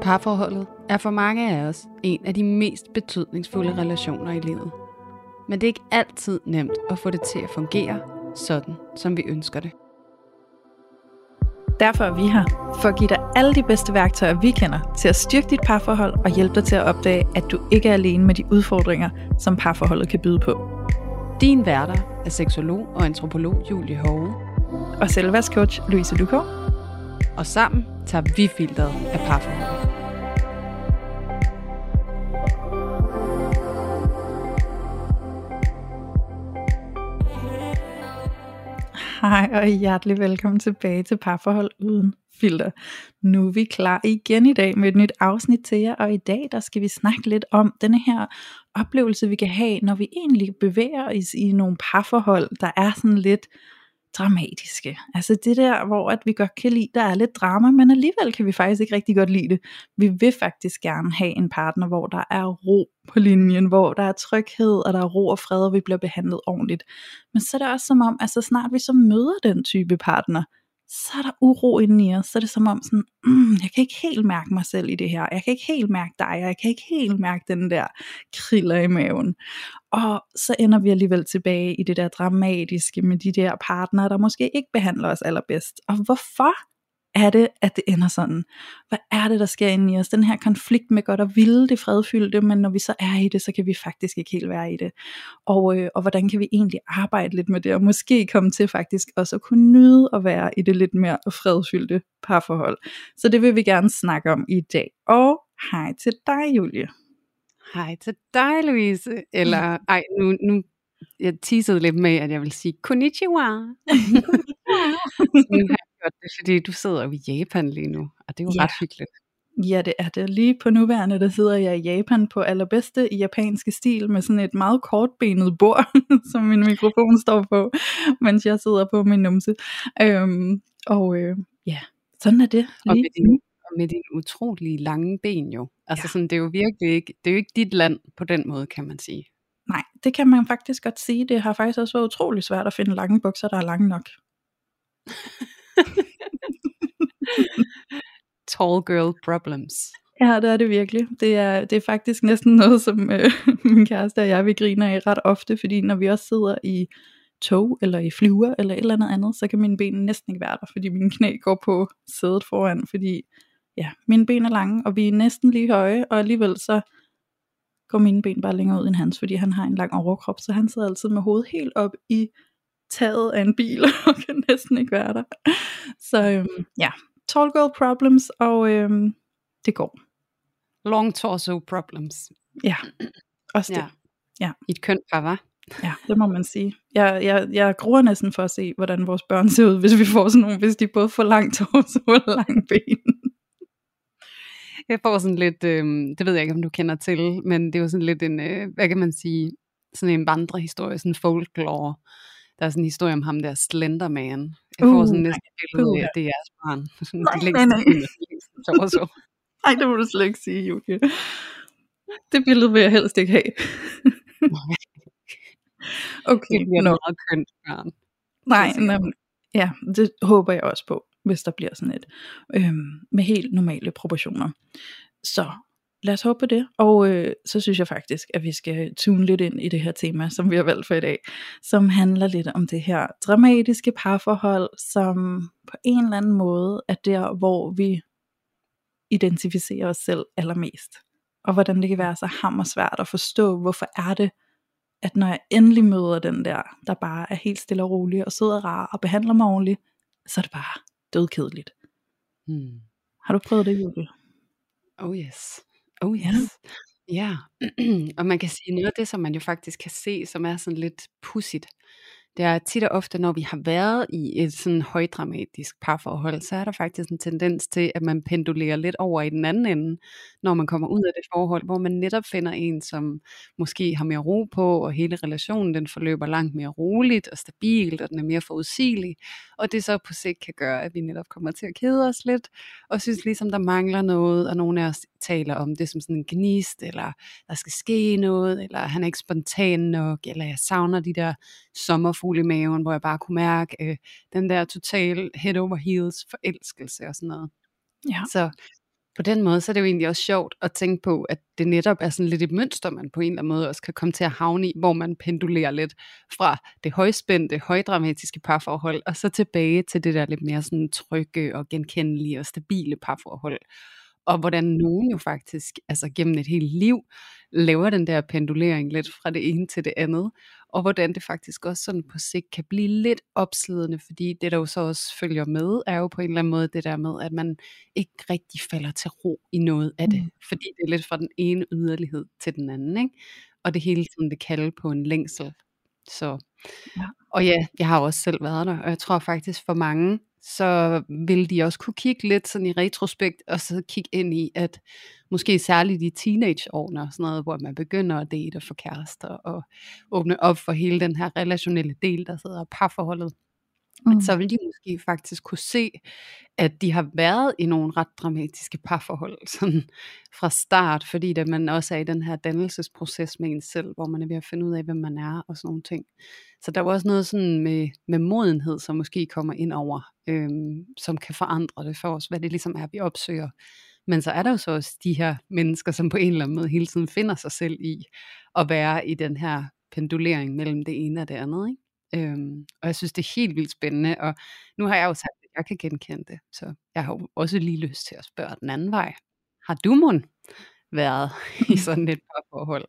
Parforholdet er for mange af os en af de mest betydningsfulde relationer i livet. Men det er ikke altid nemt at få det til at fungere sådan, som vi ønsker det. Derfor er vi her, for at give dig alle de bedste værktøjer, vi kender, til at styrke dit parforhold og hjælpe dig til at opdage, at du ikke er alene med de udfordringer, som parforholdet kan byde på. Din værter er seksolog og antropolog Julie Hove. Og selvværdscoach Louise Lukov. Og sammen tager vi filteret af parforholdet. Hej og hjertelig velkommen tilbage til Parforhold Uden Filter. Nu er vi klar igen i dag med et nyt afsnit til jer, og i dag der skal vi snakke lidt om denne her oplevelse, vi kan have, når vi egentlig bevæger os i nogle parforhold, der er sådan lidt dramatiske. Altså det der, hvor at vi godt kan lide, der er lidt drama, men alligevel kan vi faktisk ikke rigtig godt lide det. Vi vil faktisk gerne have en partner, hvor der er ro på linjen, hvor der er tryghed, og der er ro og fred, og vi bliver behandlet ordentligt. Men så er det også som om, at så snart vi så møder den type partner, så er der uro inde i os. Så er det som om sådan, jeg kan ikke helt mærke mig selv i det her. Jeg kan ikke helt mærke dig, og jeg kan ikke helt mærke den der kriller i maven. Og så ender vi alligevel tilbage i det der dramatiske med de der partnere, der måske ikke behandler os allerbedst. Og hvorfor er det, at det ender sådan? Hvad er det, der sker inde i os? Den her konflikt med godt og vilde, det fredfyldte, men når vi så er i det, så kan vi faktisk ikke helt være i det. Og hvordan kan vi egentlig arbejde lidt med det, og måske komme til faktisk også at kunne nyde at være i det lidt mere fredfyldte parforhold. Så det vil vi gerne snakke om i dag. Og hej til dig, Julie. Hej til dig, Louise. Eller, nu jeg teasede lidt med, at jeg vil sige konnichiwa. Nu har jeg gjort det, fordi du sidder jo i Japan lige nu, og det er jo ret hyggeligt. Ja, det er det. Lige på nuværende, der sidder jeg i Japan på allerbedste i japanske stil, med sådan et meget kortbenet bord, som min mikrofon står på, mens jeg sidder på min numse. Sådan er det. Og med dine utrolige lange ben jo. Altså sådan, det er jo virkelig ikke, det er jo ikke dit land på den måde, kan man sige. Nej, det kan man faktisk godt sige. Det har faktisk også været utrolig svært at finde lange bukser, der er lange nok. Tall girl problems. Ja, det er det virkelig. Det er faktisk næsten noget, som min kæreste og jeg vi griner i ret ofte, fordi når vi også sidder i tog eller i flyver eller et eller andet, så kan mine ben næsten ikke være der, fordi mine knæ går på sædet foran, fordi mine ben er lange, og vi er næsten lige høje, og alligevel så går mine ben bare længere ud end hans, fordi han har en lang overkrop, så han sidder altid med hovedet helt op i taget af en bil, og kan næsten ikke være der. Så tall girl problems, og det går. Long torso problems. Ja, også det. Ja. I et kønt par, hva'? Ja, det må man sige. Jeg gruer næsten for at se, hvordan vores børn ser ud, hvis vi får sådan nogle, hvis de både får langt torso og lange ben. Jeg får sådan lidt, det ved jeg ikke, om du kender til, men det er jo sådan lidt en, hvad kan man sige, sådan en vandrehistorie, sådan en folklore. Der er sådan en historie om ham der Slenderman. Jeg får sådan næsten billede af, at det er jeres barn. Nej, det må du slet ikke sige, Julie. Det billede vil jeg helst ikke have. Okay, det bliver meget kønt barn. Nej, ja, det håber jeg også på, hvis der bliver sådan et med helt normale proportioner. Så lad os håbe på det, og så synes jeg faktisk, at vi skal tune lidt ind i det her tema, som vi har valgt for i dag, som handler lidt om det her dramatiske parforhold, som på en eller anden måde er der, hvor vi identificerer os selv allermest, og hvordan det kan være så hammersvært at forstå, hvorfor er det, at når jeg endelig møder den der bare er helt stille og rolig, og sød og rar, og behandler mig ordentligt, så er det bare dødkedeligt. Har du prøvet det, Julie? Oh yes. Ja. Og man kan sige, noget af det, som man jo faktisk kan se, som er sådan lidt pudsigt, det er tit og ofte, når vi har været i et sådan højdramatisk parforhold, så er der faktisk en tendens til, at man pendulerer lidt over i den anden ende, når man kommer ud af det forhold, hvor man netop finder en, som måske har mere ro på, og hele relationen, den forløber langt mere roligt og stabilt, og den er mere forudsigelig, og det så på sigt kan gøre, at vi netop kommer til at kede os lidt, og synes ligesom, der mangler noget, og nogle af os taler om det som sådan en gnist, eller der skal ske noget, eller han er ikke spontan nok, eller jeg savner de der sommerfugle i maven, hvor jeg bare kunne mærke den der total head over heels forelskelse og sådan noget. Ja. Så på den måde, så er det jo egentlig også sjovt at tænke på, at det netop er sådan lidt et mønster, man på en eller anden måde også kan komme til at havne i, hvor man pendulerer lidt fra det højspændte, højdramatiske parforhold, og så tilbage til det der lidt mere sådan trygge og genkendelige og stabile parforhold. Og hvordan nogen jo faktisk, altså gennem et helt liv, laver den der pendulering lidt fra det ene til det andet, og hvordan det faktisk også sådan på sigt kan blive lidt opslidende, fordi det der jo så også følger med, er jo på en eller anden måde det der med, at man ikke rigtig falder til ro i noget af det, fordi det er lidt fra den ene yderlighed til den anden, ikke? Og det hele tiden vil kalde på en længsel. Så, Ja. og ja, jeg har også selv været der, og jeg tror faktisk for mange, så vil de også kunne kigge lidt sådan i retrospekt, og så kigge ind i, at måske særligt i teenageårene og sådan noget, hvor man begynder at date og få kærester, og åbne op for hele den her relationelle del, der sidder i parforholdet, så vil de måske faktisk kunne se, at de har været i nogle ret dramatiske parforhold sådan fra start, fordi da man også er i den her dannelsesproces med en selv, hvor man er ved at finde ud af, hvem man er og sådan nogle ting. Så der er også noget sådan med modenhed, som måske kommer ind over, som kan forandre det for os, hvad det ligesom er, vi opsøger. Men så er der jo så også de her mennesker, som på en eller anden måde hele tiden finder sig selv i at være i den her pendulering mellem det ene og det andet, ikke? Og jeg synes, det er helt vildt spændende, og nu har jeg jo sagt, at jeg kan genkende det, så jeg har jo også lige lyst til at spørge den anden vej. Har du mon været i sådan et parforhold?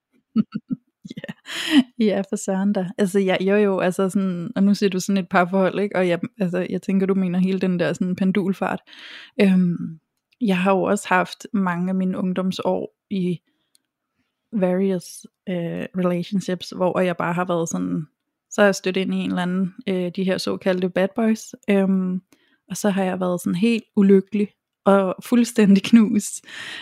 Ja, ja, for søren da. Altså jo, altså sådan, og nu siger du sådan et parforhold, ikke? Og jeg tænker, du mener hele den der sådan pendulfart. Jeg har jo også haft mange af mine ungdomsår i various relationships, hvor jeg bare har været sådan, så har jeg stødt ind i en eller anden, de her såkaldte bad boys, og så har jeg været sådan helt ulykkelig og fuldstændig knust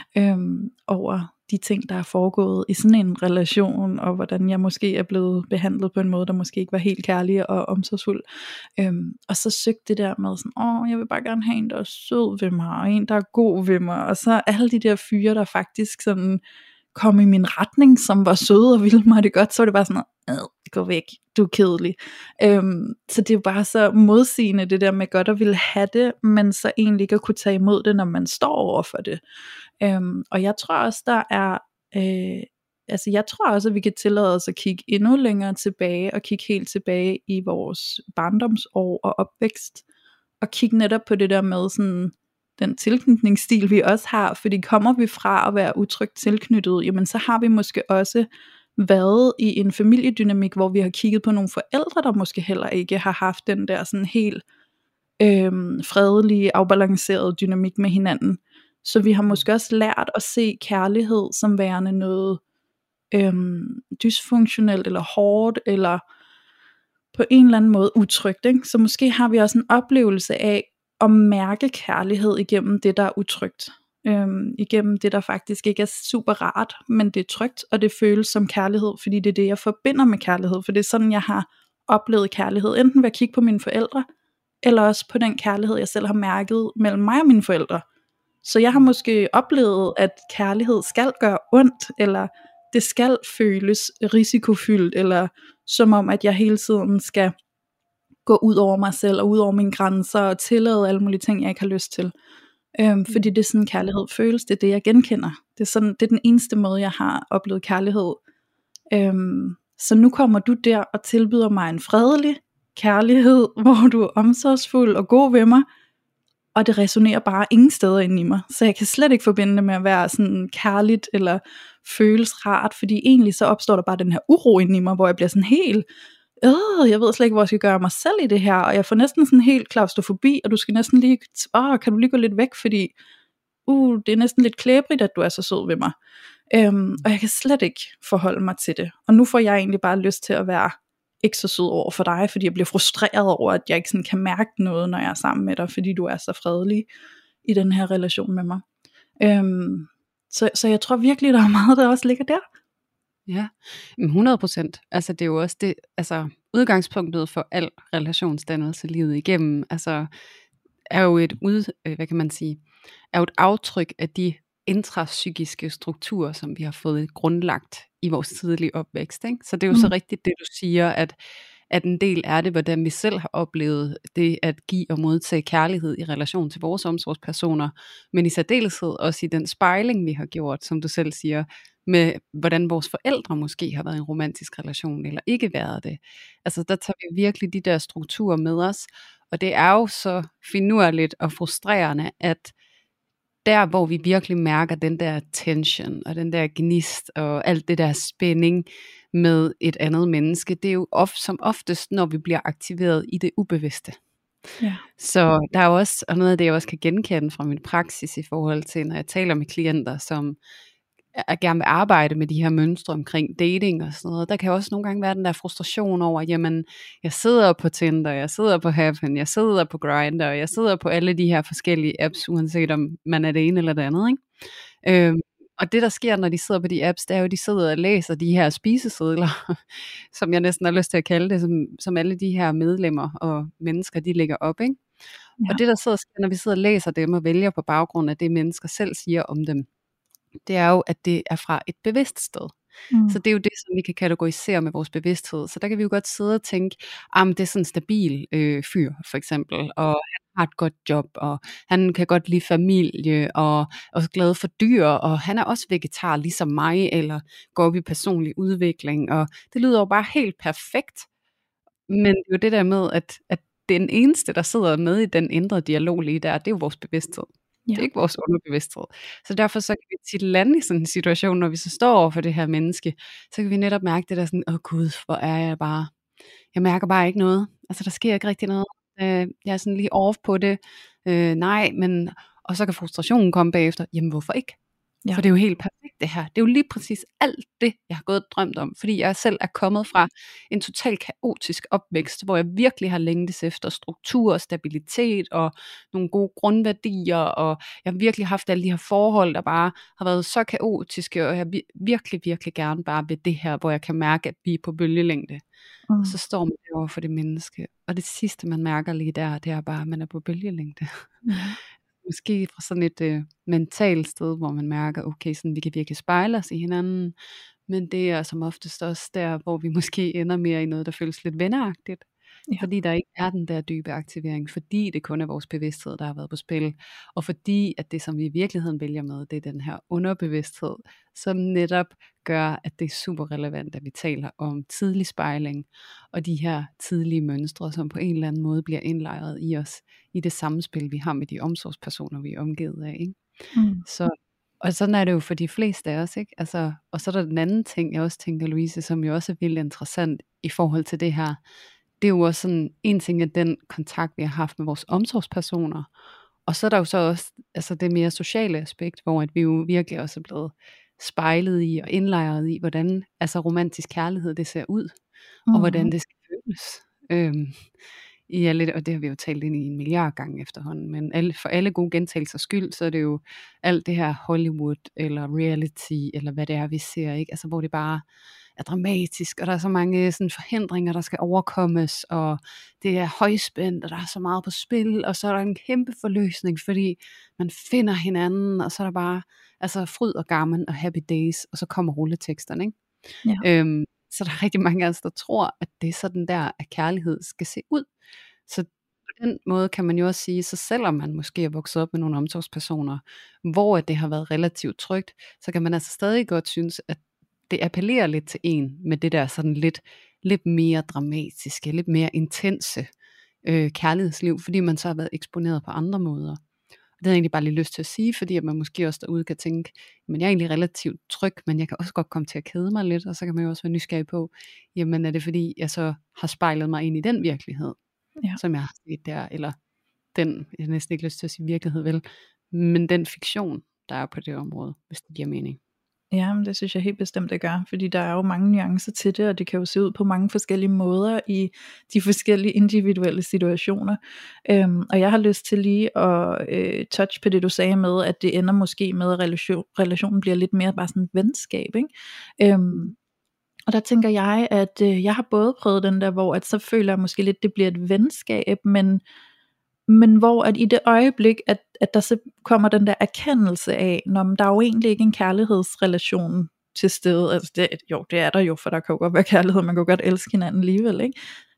over de ting, der er foregået i sådan en relation, og hvordan jeg måske er blevet behandlet på en måde, der måske ikke var helt kærlig og omsorgsfuld. Og så søgte det der med sådan, jeg vil bare gerne have en, der er sød ved mig, og en, der er god ved mig, og så alle de der fyre, der faktisk sådan kom i min retning, som var søde og ville mig det godt, så var det bare sådan noget, gå væk, du er kedelig. Så det er jo bare så modsigende, det der med godt at ville have det, men så egentlig ikke at kunne tage imod det, når man står over for det. Og jeg tror også, der er, jeg tror også, at vi kan tillade os at kigge endnu længere tilbage, og kigge helt tilbage i vores barndomsår og opvækst, og kigge netop på det der med sådan, den tilknytningsstil vi også har, fordi kommer vi fra at være utrygt tilknyttet, jamen så har vi måske også været i en familiedynamik, hvor vi har kigget på nogle forældre, der måske heller ikke har haft den der sådan helt fredelige, afbalancerede dynamik med hinanden. Så vi har måske også lært at se kærlighed som værende noget dysfunktionelt eller hårdt, eller på en eller anden måde utrygt, ikke? Så måske har vi også en oplevelse af at mærke kærlighed igennem det, der er utrygt. Igennem det, der faktisk ikke er super rart, men det er trygt, og det føles som kærlighed, fordi det er det, jeg forbinder med kærlighed, for det er sådan, jeg har oplevet kærlighed, enten ved at kigge på mine forældre, eller også på den kærlighed, jeg selv har mærket mellem mig og mine forældre. Så jeg har måske oplevet, at kærlighed skal gøre ondt, eller det skal føles risikofyldt, eller som om, at jeg hele tiden skal gå ud over mig selv, og ud over mine grænser, og tillade alle mulige ting, jeg ikke har lyst til. Fordi det er sådan, kærlighed føles, det er det, jeg genkender. Det er den eneste måde, jeg har oplevet kærlighed. Så nu kommer du der og tilbyder mig en fredelig kærlighed, hvor du er omsorgsfuld og god ved mig, og det resonerer bare ingen steder inde i mig. Så jeg kan slet ikke forbinde det med at være sådan kærligt, eller føles rart, fordi egentlig så opstår der bare den her uro inde i mig, hvor jeg bliver sådan helt, jeg ved slet ikke, hvor jeg skal gøre mig selv i det her, og jeg får næsten sådan helt klaustrofobi, og du skal næsten lige, kan du lige gå lidt væk, fordi det er næsten lidt klæbrigt, at du er så sød ved mig. Og jeg kan slet ikke forholde mig til det. Og nu får jeg egentlig bare lyst til at være ikke så sød over for dig, fordi jeg bliver frustreret over, at jeg ikke sådan kan mærke noget, når jeg er sammen med dig, fordi du er så fredelig i den her relation med mig. Så jeg tror virkelig, der er meget, der også ligger der. Ja, 100%. Altså det er jo også det, altså udgangspunktet for al relationsdannelse livet igennem, altså er jo et er jo et aftryk af de intrapsykiske strukturer, som vi har fået grundlagt i vores tidlige opvækst, ikke? Så det er jo så rigtigt det, du siger, at en del er det, hvordan vi selv har oplevet det at give og modtage kærlighed i relation til vores omsorgspersoner, men i særdeleshed også i den spejling, vi har gjort, som du selv siger, med hvordan vores forældre måske har været i en romantisk relation, eller ikke været det. Altså der tager vi virkelig de der strukturer med os, og det er jo så finurligt og frustrerende, at der hvor vi virkelig mærker den der tension, og den der gnist, og alt det der spænding med et andet menneske, det er jo som oftest, når vi bliver aktiveret i det ubevidste. Ja. Så der er også, og noget af det jeg også kan genkende fra min praksis i forhold til, når jeg taler med klienter, som gerne vil arbejde med de her mønstre omkring dating og sådan noget, der kan også nogle gange være den der frustration over, jamen, jeg sidder på Tinder, jeg sidder på Happen, jeg sidder på Grindr, jeg sidder på alle de her forskellige apps, uanset om man er det ene eller det andet, ikke? Og det der sker, når de sidder på de apps, det er jo, at de sidder og læser de her spisesedler, som jeg næsten har lyst til at kalde det, som alle de her medlemmer og mennesker, de lægger op, ikke? Ja. Og det der sidder, når vi sidder og læser dem og vælger på baggrund af det, mennesker selv siger om dem, det er jo, at det er fra et bevidst sted. Så det er jo det, som vi kan kategorisere med vores bevidsthed. Så der kan vi jo godt sidde og tænke, det er sådan en stabil fyr, for eksempel, og han har et godt job, og han kan godt lide familie, og er glad for dyr, og han er også vegetar ligesom mig, eller går op i personlig udvikling, og det lyder jo bare helt perfekt. Men det er jo det der med, at den eneste, der sidder med i den indre dialog lige der, det er jo vores bevidsthed. Ja. Det er ikke vores underbevidsthed. Så derfor så kan vi tit lande i sådan en situation, når vi så står over for det her menneske, så kan vi netop mærke det der sådan, Gud, hvor er jeg bare, jeg mærker bare ikke noget. Altså der sker ikke rigtig noget. Jeg er sådan lige off på det. Nej, men, og så kan frustrationen komme bagefter. Jamen hvorfor ikke? Ja. For det er jo helt perfekt det her. Det er jo lige præcis alt det, jeg har gået og drømt om. Fordi jeg selv er kommet fra en total kaotisk opvækst, hvor jeg virkelig har længtes efter struktur og stabilitet og nogle gode grundværdier. Og jeg har virkelig haft alle de her forhold, der bare har været så kaotiske. Og jeg virkelig, virkelig gerne bare ved det her, hvor jeg kan mærke, at vi er på bølgelængde. Og så står man derovre for det menneske. Og det sidste, man mærker lige der, det er bare, at man er på bølgelængde. Måske fra sådan et mentalt sted, hvor man mærker, okay, sådan, vi kan virkelig spejle os i hinanden, men det er som oftest også der, hvor vi måske ender mere i noget, der føles lidt venneragtigt, fordi der ikke er den der dybe aktivering, fordi det kun er vores bevidsthed, der har været på spil, og fordi at det, som vi i virkeligheden vælger med, det er den her underbevidsthed, som netop gør, at det er super relevant, at vi taler om tidlig spejling, og de her tidlige mønstre, som på en eller anden måde bliver indlejret i os, i det samspil, vi har med de omsorgspersoner, vi er omgivet af, ikke? Så, og sådan er det jo for de fleste af os, ikke? Altså, og så er der den anden ting, jeg også tænker, Louise, som jo også er vildt interessant i forhold til det her. Det er jo også sådan, en ting af den kontakt, vi har haft med vores omsorgspersoner, og så er der jo så også altså det mere sociale aspekt, hvor at vi jo virkelig også er blevet spejlet i og indlejret i, hvordan altså romantisk kærlighed det ser ud, og hvordan det skal føles. I alle, og det har vi jo talt ind i 1 milliard gange efterhånden, men for alle gode gentagelsers skyld, så er det jo alt det her Hollywood, eller reality, eller hvad det er, vi ser, ikke? Altså hvor det bare er dramatisk, og der er så mange sådan forhindringer, der skal overkommes, og det er højspændt, og der er så meget på spil, og så er der en kæmpe forløsning, fordi man finder hinanden, og så er der bare altså fryd og gammen og happy days, og så kommer rulleteksterne, ikke? Ja. Så der er rigtig mange af os, der tror, at det er sådan der, at kærlighed skal se ud. Så på den måde kan man jo også sige, så selvom man måske er vokset op med nogle omsorgspersoner, hvor det har været relativt trygt, så kan man altså stadig godt synes, at det appellerer lidt til en med det der sådan lidt mere dramatiske, lidt mere intense kærlighedsliv, fordi man så har været eksponeret på andre måder. Og det har jeg egentlig bare lige lyst til at sige, fordi at man måske også derude kan tænke, men jeg er egentlig relativt tryg, men jeg kan også godt komme til at kede mig lidt, og så kan man jo også være nysgerrig på, jamen er det fordi, jeg så har spejlet mig ind i den virkelighed, som jeg har set der, eller den, jeg har næsten ikke lyst til at sige virkelighed vel, men den fiktion, der er på det område, hvis det giver mening. Ja, men det synes jeg helt bestemt det gør, fordi der er jo mange nuancer til det, og det kan jo se ud på mange forskellige måder i de forskellige individuelle situationer. Og jeg har lyst til lige at touch på det du sagde med, at det ender måske med at relationen bliver lidt mere bare sådan et venskab, ikke? Og der tænker jeg, at jeg har både prøvet den der, hvor at så føler jeg måske lidt, det bliver et venskab, men hvor at i det øjeblik, at der så kommer den der erkendelse af, når der er jo egentlig ikke en kærlighedsrelation til stede, altså det er der jo, for der kan jo godt være kærlighed, man kan jo godt elske hinanden alligevel, ikke?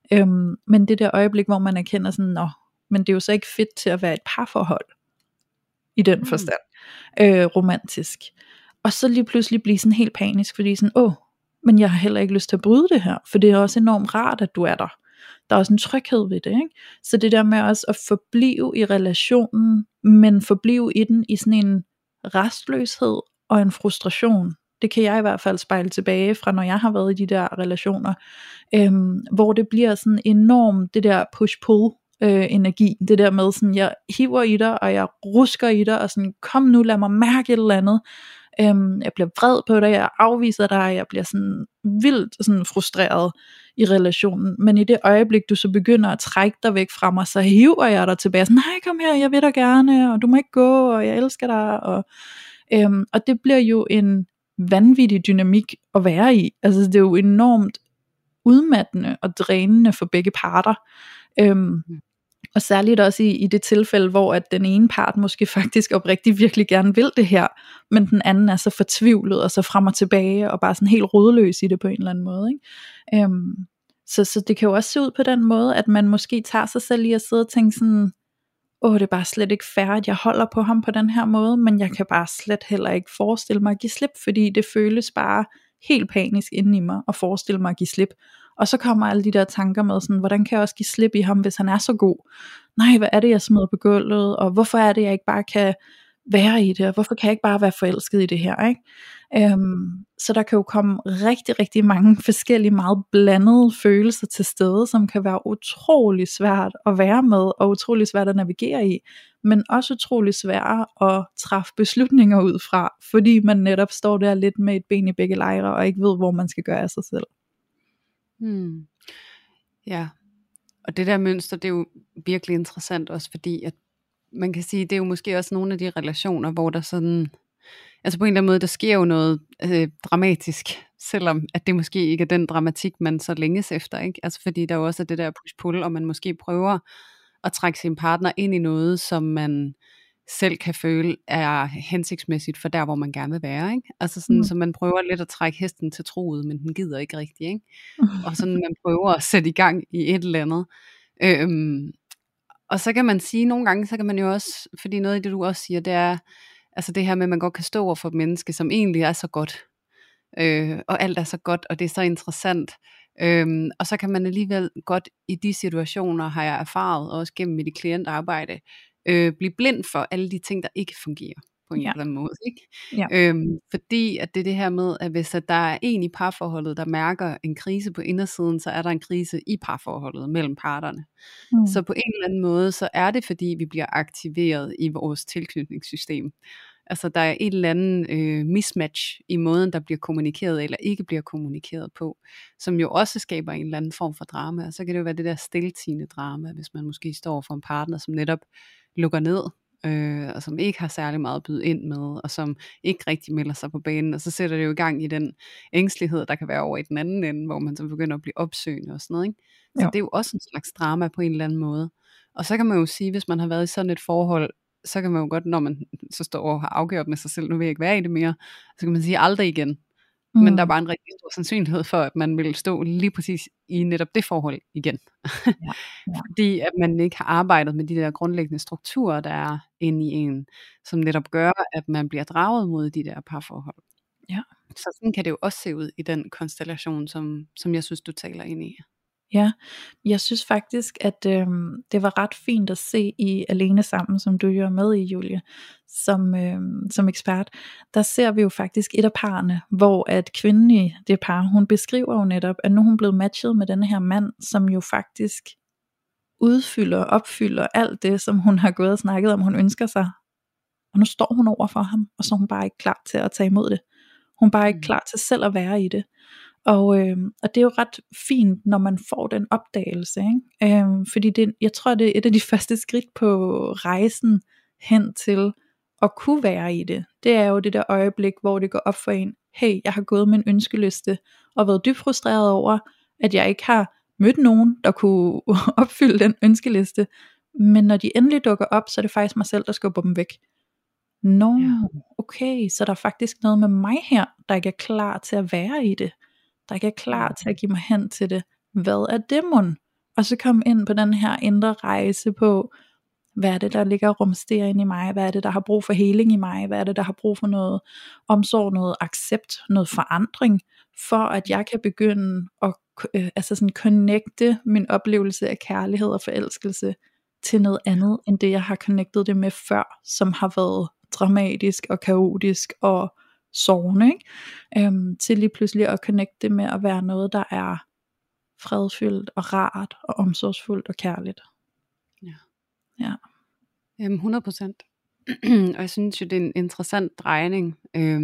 Men det der øjeblik, hvor man erkender sådan, nå, men det er jo så ikke fedt til at være et parforhold, i den forstand, romantisk. Og så lige pludselig blive sådan helt panisk, fordi sådan, men jeg har heller ikke lyst til at bryde det her, for det er også enormt rart, at du er der. Der er også en tryghed ved det, ikke? Så det der med også at forblive i relationen, men forblive i den i sådan en restløshed og en frustration. Det kan jeg i hvert fald spejle tilbage fra, når jeg har været i de der relationer, hvor det bliver sådan enormt, det der push-pull energi, det der med sådan, jeg hiver i dig, og jeg rusker i dig, og sådan, kom nu, lad mig mærke et eller andet. Jeg bliver vred på dig, jeg afviser dig, jeg bliver sådan vildt sådan frustreret i relationen, men i det øjeblik du så begynder at trække dig væk fra mig, så hiver jeg dig tilbage, sådan, nej kom her, jeg vil dig gerne, og du må ikke gå, og jeg elsker dig, og det bliver jo en vanvittig dynamik at være i, altså det er jo enormt udmattende og drænende for begge parter, og særligt også i det tilfælde, hvor at den ene part måske faktisk oprigtigt virkelig gerne vil det her, men den anden er så fortvivlet og så frem og tilbage og bare sådan helt rodløs i det på en eller anden måde, ikke? Så det kan jo også se ud på den måde, at man måske tager sig selv i at sidde og tænke sådan, det er bare slet ikke fair, at jeg holder på ham på den her måde, men jeg kan bare slet heller ikke forestille mig at give slip, fordi det føles bare helt panisk inde i mig at forestille mig at give slip. Og så kommer alle de der tanker med sådan, hvordan kan jeg også give slip i ham, hvis han er så god? Nej, hvad er det jeg smider på gulvet, og hvorfor er det jeg ikke bare kan være i det, og hvorfor kan jeg ikke bare være forelsket i det her, ikke? Så der kan jo komme rigtig, rigtig mange forskellige, meget blandede følelser til stede, som kan være utrolig svært at være med, og utrolig svært at navigere i, men også utrolig svært at træffe beslutninger ud fra, fordi man netop står der lidt med et ben i begge lejre, og ikke ved, hvor man skal gøre af sig selv. Ja, og det der mønster, det er jo virkelig interessant også, fordi at man kan sige, det er jo måske også nogle af de relationer, hvor der sådan, altså på en eller anden måde, der sker jo noget dramatisk, selvom at det måske ikke er den dramatik, man så længes efter, ikke? Altså fordi der jo også er det der push-pull, og man måske prøver at trække sin partner ind i noget, som man selv kan føle er hensigtsmæssigt for der, hvor man gerne vil være, ikke? Altså sådan, så man prøver lidt at trække hesten til truget, men den gider ikke rigtigt, ikke? Og sådan man prøver at sætte i gang i et eller andet. Og så kan man sige, nogle gange, så kan man jo også, fordi noget af det du også siger, det er, altså det her med, at man godt kan stå over for et menneske, som egentlig er så godt, og alt er så godt, og det er så interessant, og så kan man alligevel godt i de situationer, har jeg erfaret, også gennem mit klientarbejde, blive blind for alle de ting, der ikke fungerer på en eller anden måde, ikke? Ja. Fordi at det er det her med, at hvis at der er en i parforholdet, der mærker en krise på indersiden, så er der en krise i parforholdet mellem parterne. Så på en eller anden måde, så er det fordi, vi bliver aktiveret i vores tilknytningssystem. Altså der er et eller andet mismatch i måden, der bliver kommunikeret eller ikke bliver kommunikeret på, som jo også skaber en eller anden form for drama. Og så kan det jo være det der stiltiende drama, hvis man måske står for en partner, som netop lukker ned, og som ikke har særlig meget at byde ind med, og som ikke rigtig melder sig på banen, og så sætter det jo i gang i den ængstelighed, der kan være over i den anden ende, hvor man så begynder at blive opsøgende og sådan noget, ikke? Så det er jo også en slags drama på en eller anden måde. Og så kan man jo sige, hvis man har været i sådan et forhold, så kan man jo godt, når man så står og har afgjort med sig selv, nu vil jeg ikke være i det mere, så kan man sige aldrig igen. Men der er bare en rigtig stor sandsynlighed for, at man vil stå lige præcis i netop det forhold igen. Fordi at man ikke har arbejdet med de der grundlæggende strukturer, der er inde i en, som netop gør, at man bliver draget mod de der parforhold. Ja. Så sådan kan det jo også se ud i den konstellation, som jeg synes, du taler ind i. Ja, jeg synes faktisk, at det var ret fint at se i Alene Sammen, som du jo er med i, Julie, som ekspert. Der ser vi jo faktisk et af parerne, hvor at kvinden i det par, hun beskriver jo netop, at nu hun blevet matchet med denne her mand, som jo faktisk opfylder alt det, som hun har gået og snakket om, hun ønsker sig. Og nu står hun over for ham, og så er hun bare ikke klar til at tage imod det. Hun er bare ikke klar til selv at være i det. Og det er jo ret fint, når man får den opdagelse, ikke? Fordi jeg tror, det er et af de første skridt på rejsen hen til at kunne være i det. Det er jo det der øjeblik, hvor det går op for en, hey, jeg har gået med en ønskeliste, og været dybt frustreret over, at jeg ikke har mødt nogen, der kunne opfylde den ønskeliste. Men når de endelig dukker op, så er det faktisk mig selv, der skubber dem væk. Okay, så der er faktisk noget med mig her, der ikke er klar til at være i det. Der ikke er klar til at give mig hen til det. Hvad er det mon? og så komme ind på den her indre rejse på, hvad er det, der ligger og rumsterer ind i mig, hvad er det, der har brug for heling i mig, hvad er det, der har brug for noget omsorg, noget accept, noget forandring, for at jeg kan begynde at altså sådan connecte min oplevelse af kærlighed og forelskelse til noget andet, end det jeg har connectet det med før, som har været dramatisk og kaotisk og sårende, ikke? Til lige pludselig at connecte det med at være noget, der er fredfyldt og rart og omsorgsfuldt og kærligt. Ja. Jamen 100%. Og jeg synes jo, det er en interessant drejning.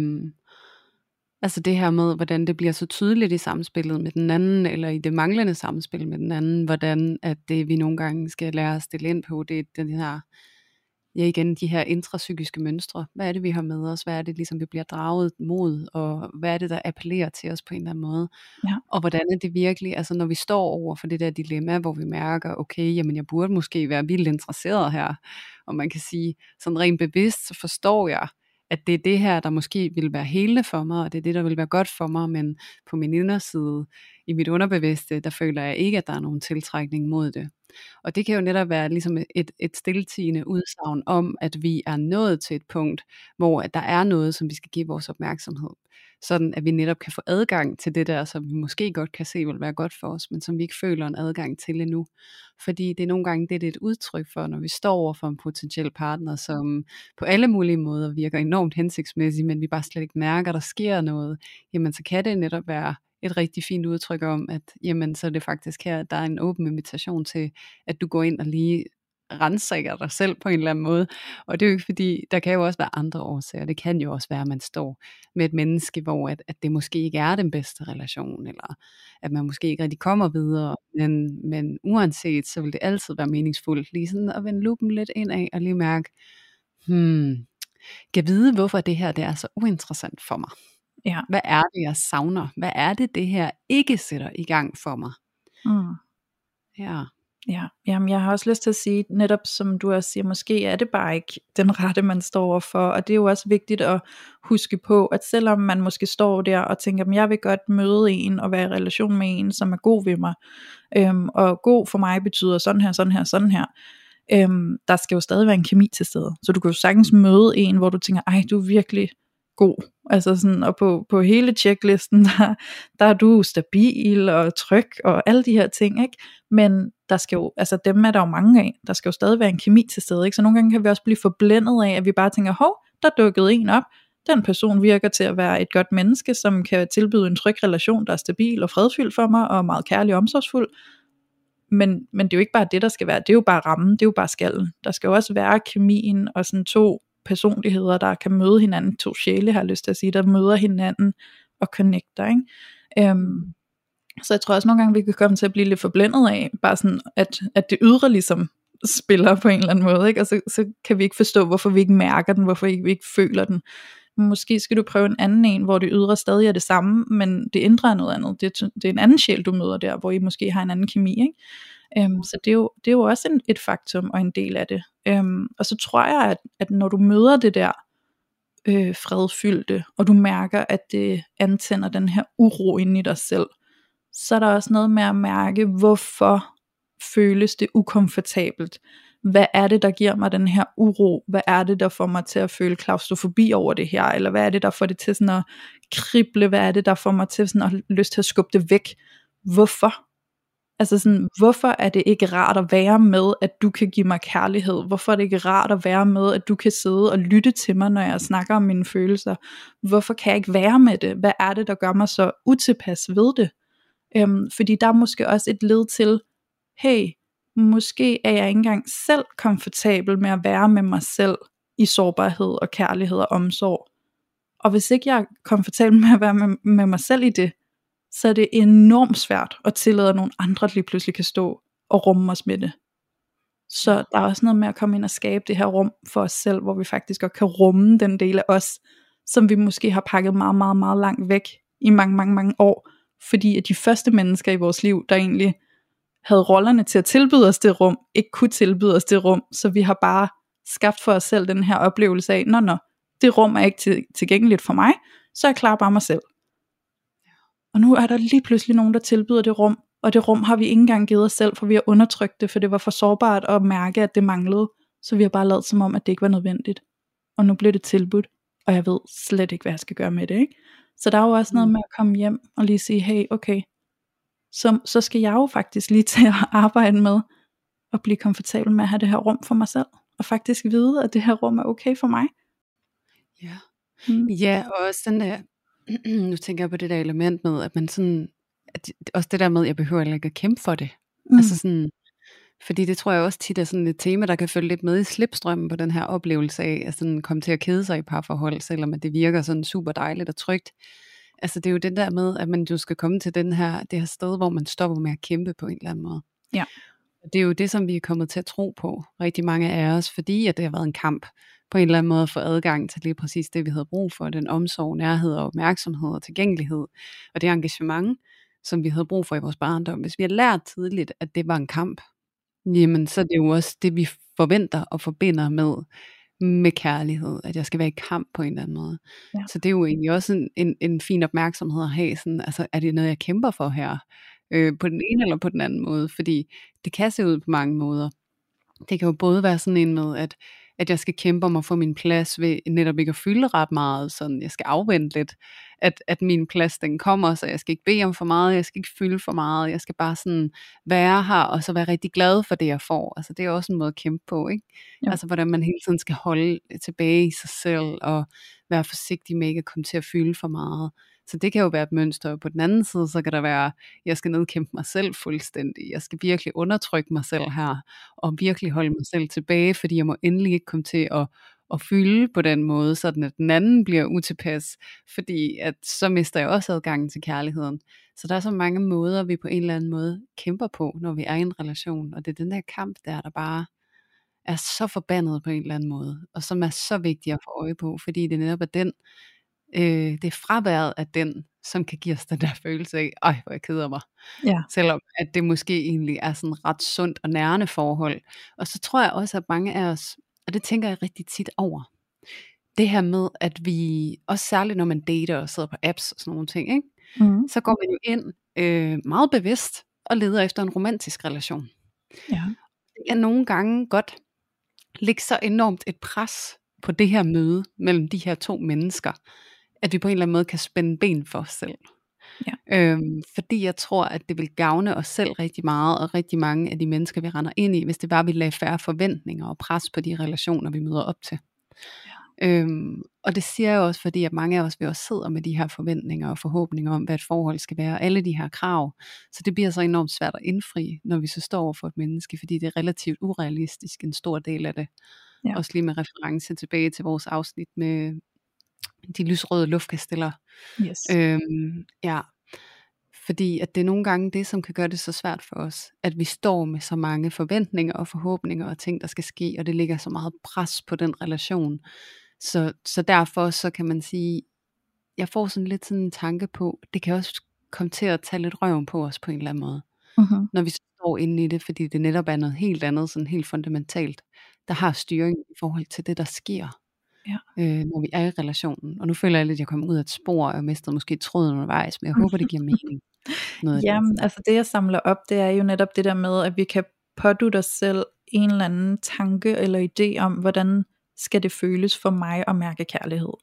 Altså det her med, hvordan det bliver så tydeligt i samspillet med den anden, eller i det manglende samspil med den anden, hvordan at det vi nogle gange skal lære at stille ind på, det er den her, ja igen, de her intrapsykiske mønstre. Hvad er det, vi har med os? Hvad er det, ligesom vi bliver draget mod? Og hvad er det, der appellerer til os på en eller anden måde? Ja. Og hvordan er det virkelig, altså når vi står over for det der dilemma, hvor vi mærker, okay, jamen jeg burde måske være vildt interesseret her. Og man kan sige, sådan rent bevidst, så forstår jeg, at det er det her, der måske vil være helende for mig, og det er det, der vil være godt for mig, men på min inderside, i mit underbevidste, der føler jeg ikke, at der er nogen tiltrækning mod det. Og det kan jo netop være ligesom et stiltigende udsagn om, at vi er nået til et punkt, hvor at der er noget, som vi skal give vores opmærksomhed. Sådan at vi netop kan få adgang til det der, som vi måske godt kan se vil være godt for os, men som vi ikke føler en adgang til endnu. Fordi det er nogle gange det er et udtryk for, når vi står over for en potentiel partner, som på alle mulige måder virker enormt hensigtsmæssigt, men vi bare slet ikke mærker, at der sker noget, jamen så kan det netop være et rigtig fint udtryk om, at jamen, så er det faktisk her, der er en åben invitation til, at du går ind og lige ransager dig selv på en eller anden måde. Og det er jo ikke fordi, der kan jo også være andre årsager. Det kan jo også være, at man står med et menneske, hvor at det måske ikke er den bedste relation, eller at man måske ikke rigtig kommer videre. Men uanset, så vil det altid være meningsfuldt, lige sådan at vende lupen lidt indad og lige mærke, kan vide, hvorfor det her det er så uinteressant for mig. Ja. Hvad er det, jeg savner? Hvad er det her ikke sætter i gang for mig? Ja. Ja, jamen jeg har også lyst til at sige, netop som du også siger, måske er det bare ikke den rette, man står overfor, og det er jo også vigtigt at huske på, at selvom man måske står der og tænker, jeg vil godt møde en og være i relation med en, som er god ved mig, og god for mig betyder sådan her, sådan her, sådan her, der skal jo stadig være en kemi til stede, så du kan jo sagtens møde en, hvor du tænker, ej du er virkelig god, altså sådan, og på hele checklisten, der er du stabil og tryg og alle de her ting, ikke? Men der skal jo, altså dem er der jo mange af, der skal jo stadig være en kemi til stede, ikke? Så nogle gange kan vi også blive forblændet af, at vi bare tænker, hov, der dukkede en op, den person virker til at være et godt menneske, som kan tilbyde en tryg relation, der er stabil og fredfyldt for mig, og meget kærlig og omsorgsfuld, men det er jo ikke bare det, der skal være, det er jo bare rammen, det er jo bare skallen, der skal jo også være kemien, og sådan to personligheder, der kan møde hinanden, to sjæle har jeg lyst til at sige, der møder hinanden og connecter, ikke? Så jeg tror også nogle gange, vi kan komme til at blive lidt forblændet af, bare sådan, at det ydre ligesom spiller på en eller anden måde, ikke? Og så kan vi ikke forstå, hvorfor vi ikke mærker den, hvorfor vi ikke føler den. Måske skal du prøve en anden en, hvor det ydre stadig er det samme, men det indre er noget andet. Det er en anden sjæl, du møder der, hvor I måske har en anden kemi, ikke? Så det er jo også et faktum og en del af det. Og så tror jeg, at når du møder det der fredfyldte, og du mærker, at det antænder den her uro inde i dig selv, så er der også noget med at mærke, hvorfor føles det ukomfortabelt. Hvad er det, der giver mig den her uro? Hvad er det, der får mig til at føle klaustrofobi over det her? Eller hvad er det, der får det til sådan at krible? Hvad er det, der får mig til sådan at have lyst til at skubbe det væk? Hvorfor? Altså sådan, hvorfor er det ikke rart at være med, at du kan give mig kærlighed? Hvorfor er det ikke rart at være med, at du kan sidde og lytte til mig, når jeg snakker om mine følelser? Hvorfor kan jeg ikke være med det? Hvad er det, der gør mig så utilpas ved det? Fordi der er måske også et led til, hey, måske er jeg ikke engang selv komfortabel med at være med mig selv i sårbarhed og kærlighed og omsorg. Og hvis ikke jeg er komfortabel med at være med mig selv i det, så er det enormt svært at tillade, at nogle andre lige pludselig kan stå og rumme os med det. Så der er også noget med at komme ind og skabe det her rum for os selv, hvor vi faktisk også kan rumme den del af os, som vi måske har pakket meget, meget, meget langt væk i mange, mange, mange år, fordi at de første mennesker i vores liv, der egentlig havde rollerne til at tilbyde os det rum, ikke kunne tilbyde os det rum, så vi har bare skabt for os selv den her oplevelse af, nå, det rum er ikke tilgængeligt for mig, så jeg klarer bare mig selv. Og nu er der lige pludselig nogen, der tilbyder det rum, og det rum har vi ikke engang givet os selv, for vi har undertrykt det, for det var for sårbart at mærke, at det manglede, så vi har bare lavet som om, at det ikke var nødvendigt, og nu bliver det tilbudt, og jeg ved slet ikke, hvad jeg skal gøre med det, ikke? Så der er jo også noget med at komme hjem, og lige sige, hey, okay, så skal jeg jo faktisk lige til at arbejde med, at blive komfortabel med at have det her rum for mig selv, og faktisk vide, at det her rum er okay for mig. Ja, ja, og også den der, nu tænker jeg på det der element med, at man sådan, også det der med, at jeg behøver ikke at kæmpe for det. Altså sådan, fordi det tror jeg også tit er sådan et tema, der kan følge lidt med i slipstrømmen på den her oplevelse af, at sådan komme til at kede sig i parforhold, selvom at det virker sådan super dejligt og trygt. Altså det er jo det der med, at man jo skal komme til det her sted, hvor man stopper med at kæmpe på en eller anden måde. Ja. Det er jo det, som vi er kommet til at tro på, rigtig mange af os, fordi at det har været en kamp på en eller anden måde at få adgang til lige præcis det, vi havde brug for, den omsorg, nærhed og opmærksomhed og tilgængelighed, og det engagement, som vi havde brug for i vores barndom. Hvis vi har lært tidligt, at det var en kamp, jamen så er det jo også det, vi forventer og forbinder med kærlighed, at jeg skal være i kamp på en eller anden måde. Ja. Så det er jo egentlig også en fin opmærksomhed at have, sådan, altså er det noget, jeg kæmper for her? På den ene eller på den anden måde, fordi det kan se ud på mange måder. Det kan jo både være sådan en med, at jeg skal kæmpe om at få min plads ved netop ikke at fylde ret meget, sådan jeg skal afvente lidt, at min plads den kommer, så jeg skal ikke bede om for meget, jeg skal ikke fylde for meget, jeg skal bare sådan være her, og så være rigtig glad for det jeg får. Altså det er også en måde at kæmpe på, ikke? Ja. Altså hvordan man hele tiden skal holde tilbage i sig selv, og være forsigtig med ikke at komme til at fylde for meget. Så det kan jo være et mønster. På den anden side, så kan der være, jeg skal nedkæmpe mig selv fuldstændig. Jeg skal virkelig undertrykke mig selv her, og virkelig holde mig selv tilbage, fordi jeg må endelig ikke komme til at fylde på den måde, sådan at den anden bliver utilpas, fordi at så mister jeg også adgangen til kærligheden. Så der er så mange måder, vi på en eller anden måde kæmper på, når vi er i en relation, og det er den der kamp der bare er så forbandet på en eller anden måde, og som er så vigtig at få øje på, fordi det netop er den, det er fraværet af den, som kan give os den der følelse af, ej hvor jeg keder mig, selvom at det måske egentlig er sådan ret sundt og nærende forhold. Og så tror jeg også, at mange af os, og det tænker jeg rigtig tit over, det her med, at vi, også særligt når man dater og sidder på apps og sådan nogle ting, ikke? Så går man jo ind meget bevidst og leder efter en romantisk relation. Ja. Det kan nogle gange godt lægge så enormt et pres på det her møde mellem de her to mennesker, at vi på en eller anden måde kan spænde ben for os selv. Ja. Fordi jeg tror, at det vil gavne os selv rigtig meget, og rigtig mange af de mennesker, vi render ind i, hvis det bare vi lagde færre forventninger og pres på de relationer, vi møder op til. Ja. Og det siger jeg også, fordi at mange af os, vi også sidder med de her forventninger og forhåbninger om, hvad et forhold skal være, alle de her krav. Så det bliver så enormt svært at indfri, når vi så står over for et menneske, fordi det er relativt urealistisk, en stor del af det. Ja. Også lige med reference tilbage til vores afsnit med de lysrøde luftkasteller. Yes. Ja, fordi at det er nogle gange det, som kan gøre det så svært for os, at vi står med så mange forventninger og forhåbninger og ting, der skal ske, og det ligger så meget pres på den relation. Så derfor så kan man sige, jeg får sådan lidt sådan en tanke på, det kan også komme til at tage lidt røven på os på en eller anden måde, når vi står inde i det, fordi det netop er noget helt andet, sådan helt fundamentalt, der har styring i forhold til det, der sker. Ja. Når vi er i relationen. Og nu føler jeg lidt, at jeg kommer ud af et spor, og mister måske tråden undervejs, men jeg håber, det giver mening. Jamen, altså det jeg samler op, det er jo netop det der med, at vi kan pådutte os selv en eller anden tanke eller idé om, hvordan skal det føles for mig at mærke kærlighed.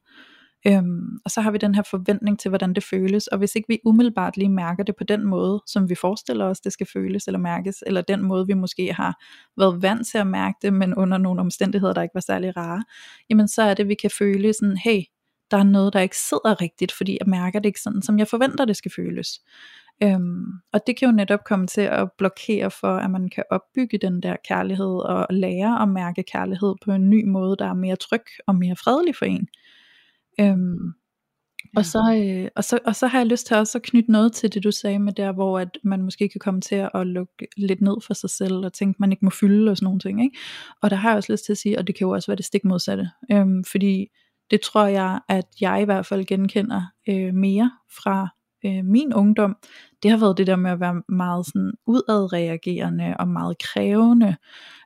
Og så har vi den her forventning til, hvordan det føles, og hvis ikke vi umiddelbart lige mærker det på den måde, som vi forestiller os, det skal føles eller mærkes, eller den måde, vi måske har været vant til at mærke det, men under nogle omstændigheder, der ikke var særlig rare, jamen så er det, vi kan føle sådan, hey, der er noget, der ikke sidder rigtigt, fordi jeg mærker det ikke sådan, som jeg forventer, det skal føles. Og det kan jo netop komme til at blokere for, at man kan opbygge den der kærlighed, og lære at mærke kærlighed på en ny måde, der er mere tryg og mere fredelig for en. Og så har jeg lyst til også at knytte noget til det du sagde med der, hvor at man måske kan komme til at lukke lidt ned for sig selv og tænke man ikke må fylde og sådan nogle ting, ikke? Og der har jeg også lyst til at sige, og det kan jo også være det stik modsatte, fordi det tror jeg at jeg i hvert fald genkender mere fra min ungdom. Det har været det der med at være meget sådan udadreagerende og meget krævende,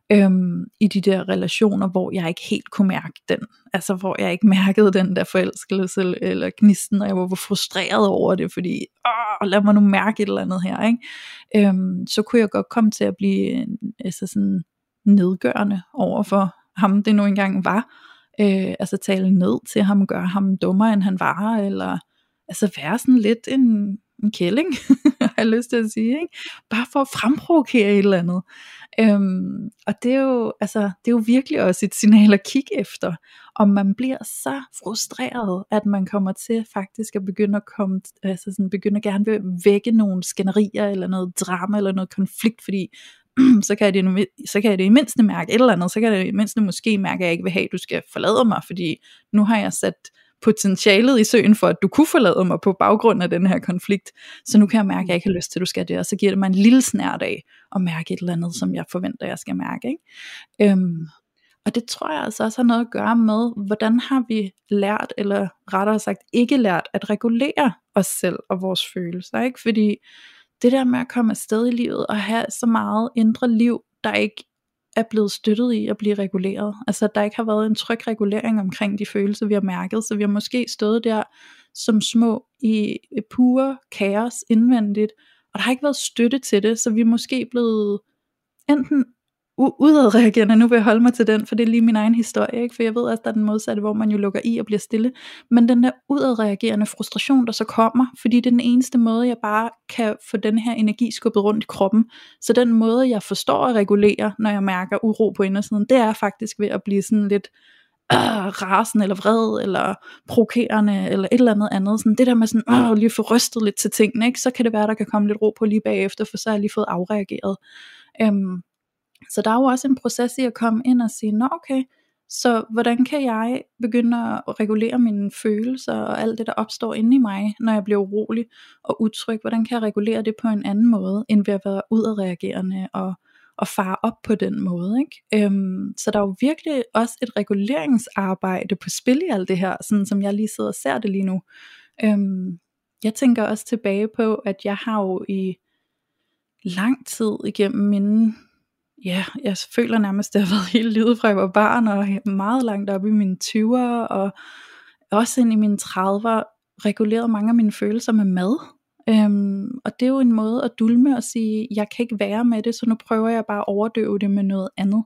i de der relationer, hvor jeg ikke helt kunne mærke den, altså hvor jeg ikke mærkede den der forelskelse eller gnisten, og jeg var frustreret over det, fordi lad mig nu mærke et eller andet her, ikke? Så kunne jeg godt komme til at blive altså sådan nedgørende over for ham, det nu engang var, altså tale ned til ham, gøre ham dummere end han var, eller altså være sådan lidt en kælling, har jeg lyst til at sige, ikke? Bare for at fremprovokere et eller andet. Og det er jo, altså, det er jo virkelig også et signal at kigge efter, om man bliver så frustreret, at man kommer til faktisk at begynde at komme, altså sådan begynde at gerne vil vække nogle skænderier, eller noget drama, eller noget konflikt, fordi så kan jeg det i mindste mærke et eller andet, så kan jeg det i mindste måske mærke, at jeg ikke vil have, at du skal forlade mig, fordi nu har jeg sat potentialet i søen for, at du kunne forlade mig på baggrund af den her konflikt, så nu kan jeg mærke, at jeg ikke har lyst til, at du skal det, og så giver det mig en lille snært af at mærke et eller andet, som jeg forventer, jeg skal mærke, ikke? Og det tror jeg altså også har noget at gøre med, hvordan har vi lært, eller rettere sagt ikke lært, at regulere os selv og vores følelser, ikke? Fordi det der med at komme afsted i livet og have så meget indre liv, der ikke er blevet støttet i at blive reguleret. Altså der ikke har været en tryg regulering omkring de følelser, vi har mærket, så vi har måske stået der som små i pure kaos indvendigt, og der har ikke været støtte til det, så vi er måske blevet enten udadreagerende, nu vil jeg holde mig til den, for det er lige min egen historie, ikke? For jeg ved også, der er den modsatte, hvor man jo lukker i og bliver stille, men den der udadreagerende frustration, der så kommer, fordi det er den eneste måde, jeg bare kan få den her energi skubbet rundt i kroppen, så den måde, jeg forstår at regulere, når jeg mærker uro på indersiden, det er faktisk ved at blive sådan lidt rasende, eller vred, eller provokerende, eller et eller andet, sådan det der med sådan, lige få rystet lidt til tingene, ikke? Så kan det være, der kan komme lidt ro på lige bagefter, for så har jeg lige fået afreageret. Så der er jo også en proces i at komme ind og sige, nå okay, så hvordan kan jeg begynde at regulere mine følelser og alt det der opstår inde i mig, når jeg bliver urolig og utryg, hvordan kan jeg regulere det på en anden måde, end ved at være udadreagerende og fare op på den måde, ikke? Så der er jo virkelig også et reguleringsarbejde på spil i alt det her, sådan som jeg lige sidder og ser det lige nu. Jeg tænker også tilbage på, at jeg har jo i lang tid igennem mine, jeg føler nærmest, det har været hele livet fra jeg var barn, og meget langt op i mine 20'ere, og også ind i mine 30'ere, reguleret mange af mine følelser med mad. Og det er jo en måde at dulme og sige, jeg kan ikke være med det, så nu prøver jeg bare at overdøve det med noget andet.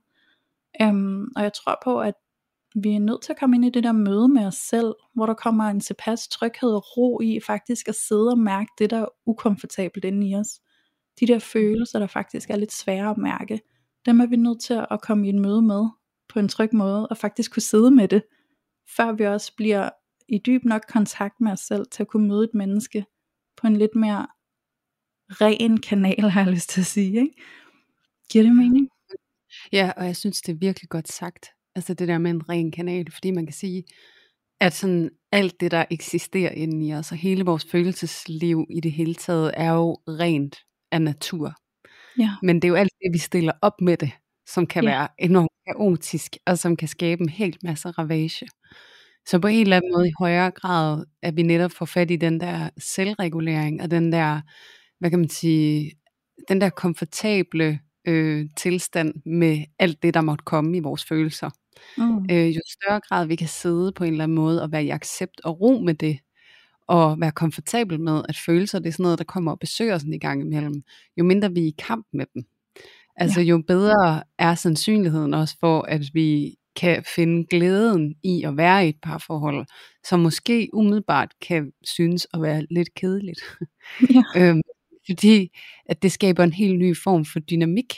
Og jeg tror på, at vi er nødt til at komme ind i det der møde med os selv, hvor der kommer en tilpas tryghed og ro i faktisk at sidde og mærke det, der er ukomfortabelt inde i os. De der følelser, der faktisk er lidt svære at mærke, dem er vi nødt til at komme i en møde med på en tryg måde, og faktisk kunne sidde med det, før vi også bliver i dyb nok kontakt med os selv, til at kunne møde et menneske på en lidt mere ren kanal, har jeg lyst til at sige, ikke? Giver det mening? Ja, og jeg synes, det er virkelig godt sagt. Altså det der med en ren kanal, fordi man kan sige, at sådan alt det, der eksisterer inde i os, og hele vores følelsesliv i det hele taget, er jo rent af natur. Ja. Men det er jo alt det, vi stiller op med det, som kan være enormt kaotisk, og som kan skabe en helt masse ravage. Så på en eller anden måde i højere grad, at vi netop får fat i den der selvregulering, og den der, hvad kan man sige, den der komfortable tilstand med alt det, der måtte komme i vores følelser. Jo større grad vi kan sidde på en eller anden måde, og være i accept og ro med det, og være komfortabel med, at følelser, det er sådan noget, der kommer og besøger os en gang imellem, jo mindre vi er i kamp med dem. Altså jo bedre er sandsynligheden også for, at vi kan finde glæden i at være i et parforhold, som måske umiddelbart kan synes at være lidt kedeligt. Ja. Fordi at det skaber en helt ny form for dynamik.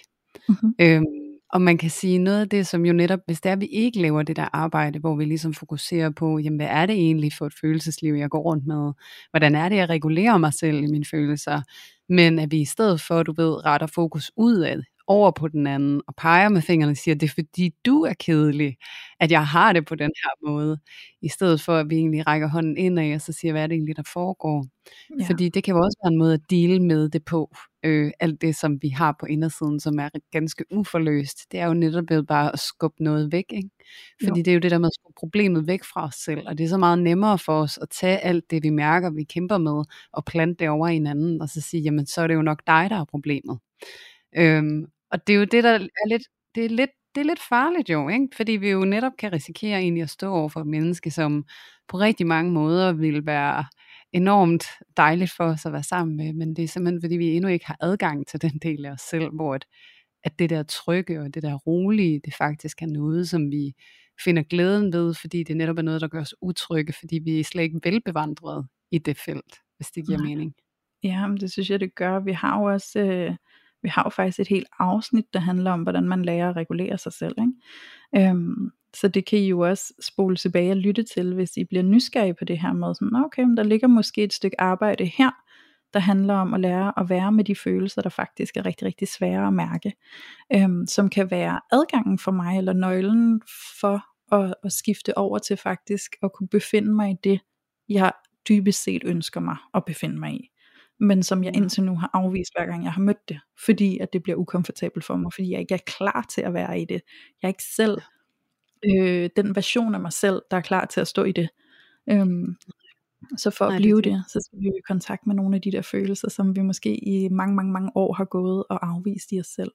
Og man kan sige noget af det, som jo netop, hvis det er, vi ikke laver det der arbejde, hvor vi ligesom fokuserer på, jamen hvad er det egentlig for et følelsesliv, jeg går rundt med? Hvordan er det, jeg regulerer mig selv i mine følelser? Men at vi i stedet for, du ved, retter fokus udad, over på den anden, og peger med fingrene og siger, det er fordi du er kedelig, at jeg har det på den her måde, i stedet for at vi egentlig rækker hånden indad, og så siger, hvad er det egentlig, der foregår? Ja. Fordi det kan jo også være en måde at deale med det på, alt det, som vi har på indersiden, som er ganske uforløst, det er jo netop bare at skubbe noget væk, ikke? Fordi det er jo det der med at skubbe problemet væk fra os selv, og det er så meget nemmere for os at tage alt det, vi mærker, vi kæmper med, og plante det over i hinanden, og så sige, jamen så er det jo nok dig, der er problemet. Og det er jo det, der er lidt det er lidt farligt jo, ikke? Fordi vi jo netop kan risikere egentlig at stå over for et menneske, som på rigtig mange måder vil være enormt dejligt for os at være sammen med, men det er simpelthen fordi vi endnu ikke har adgang til den del af os selv, hvor at det der trygge og det der rolige, det faktisk er noget, som vi finder glæden ved, fordi det netop er noget, der gør os utrygge, fordi vi er slet ikke velbevandrede i det felt, hvis det giver mening. Ja, men det synes jeg, det gør. Vi har jo også, vi har jo faktisk et helt afsnit, der handler om, hvordan man lærer at regulere sig selv, ikke? Så det kan I jo også spole tilbage og lytte til, hvis I bliver nysgerrige på det her med, sådan, okay, men der ligger måske et stykke arbejde her, der handler om at lære at være med de følelser, der faktisk er rigtig, rigtig svære at mærke, som kan være adgangen for mig, eller nøglen for at skifte over til faktisk at kunne befinde mig i det, jeg dybest set ønsker mig at befinde mig i, men som jeg indtil nu har afvist hver gang jeg har mødt det, fordi at det bliver ukomfortabelt for mig, fordi jeg ikke er klar til at være i det. Jeg er ikke selv den version af mig selv, der er klar til at stå i det. Så for at blive det, så skal vi jo i kontakt med nogle af de der følelser, som vi måske i mange, mange, mange år har gået og afvist i os selv.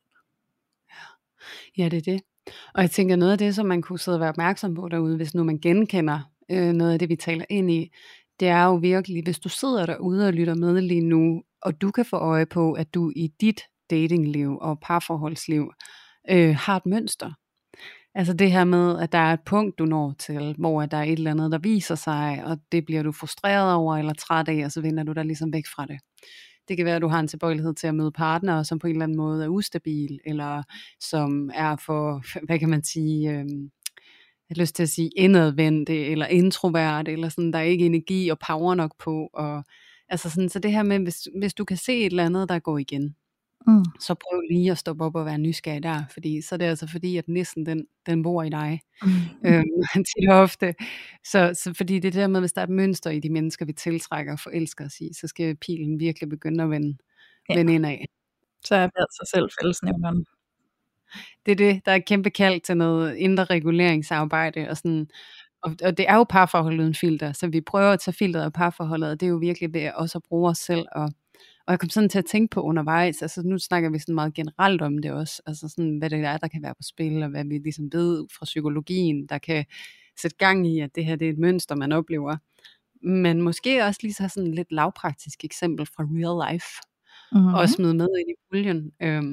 Ja, det er det. Og jeg tænker, noget af det, som man kunne sidde og være opmærksom på derude, hvis nu man genkender noget af det, vi taler ind i, det er jo virkelig, hvis du sidder derude og lytter med lige nu, og du kan få øje på, at du i dit datingliv og parforholdsliv har et mønster. Altså det her med, at der er et punkt, du når til, hvor der er et eller andet, der viser sig, og det bliver du frustreret over eller træt af, og så vender du dig ligesom væk fra det. Det kan være, at du har en tilbøjelighed til at møde partnere, som på en eller anden måde er ustabil, eller som er for, hvad kan man sige, jeg har lyst til at sige indadvendte, eller introvert, eller sådan, der er ikke energi og power nok på. Og, altså sådan, så det her med, hvis du kan se et eller andet, der går igen, så prøv lige at stoppe op og være nysgerrig der, fordi så er det altså fordi, at nissen den bor i dig. Tit og ofte. Så fordi det der med, hvis der er et mønster i de mennesker, vi tiltrækker og forelsker os i, så skal pilen virkelig begynde at vende indad. Så er vi altså selv fællesnævneren. Det er det, der er et kæmpe kald til noget indre reguleringsarbejde, og sådan, og det er jo parforhold uden filter, så vi prøver at tage filteret af parforholdet, og det er jo virkelig ved også at bruge os selv, og jeg kom sådan til at tænke på undervejs, altså nu snakker vi sådan meget generelt om det også, altså sådan, hvad det er, der kan være på spil, og hvad vi ligesom ved fra psykologien, der kan sætte gang i, at det her det er et mønster, man oplever. Men måske også lige så sådan lidt lavpraktisk eksempel fra real life, og smide med ind i puljen,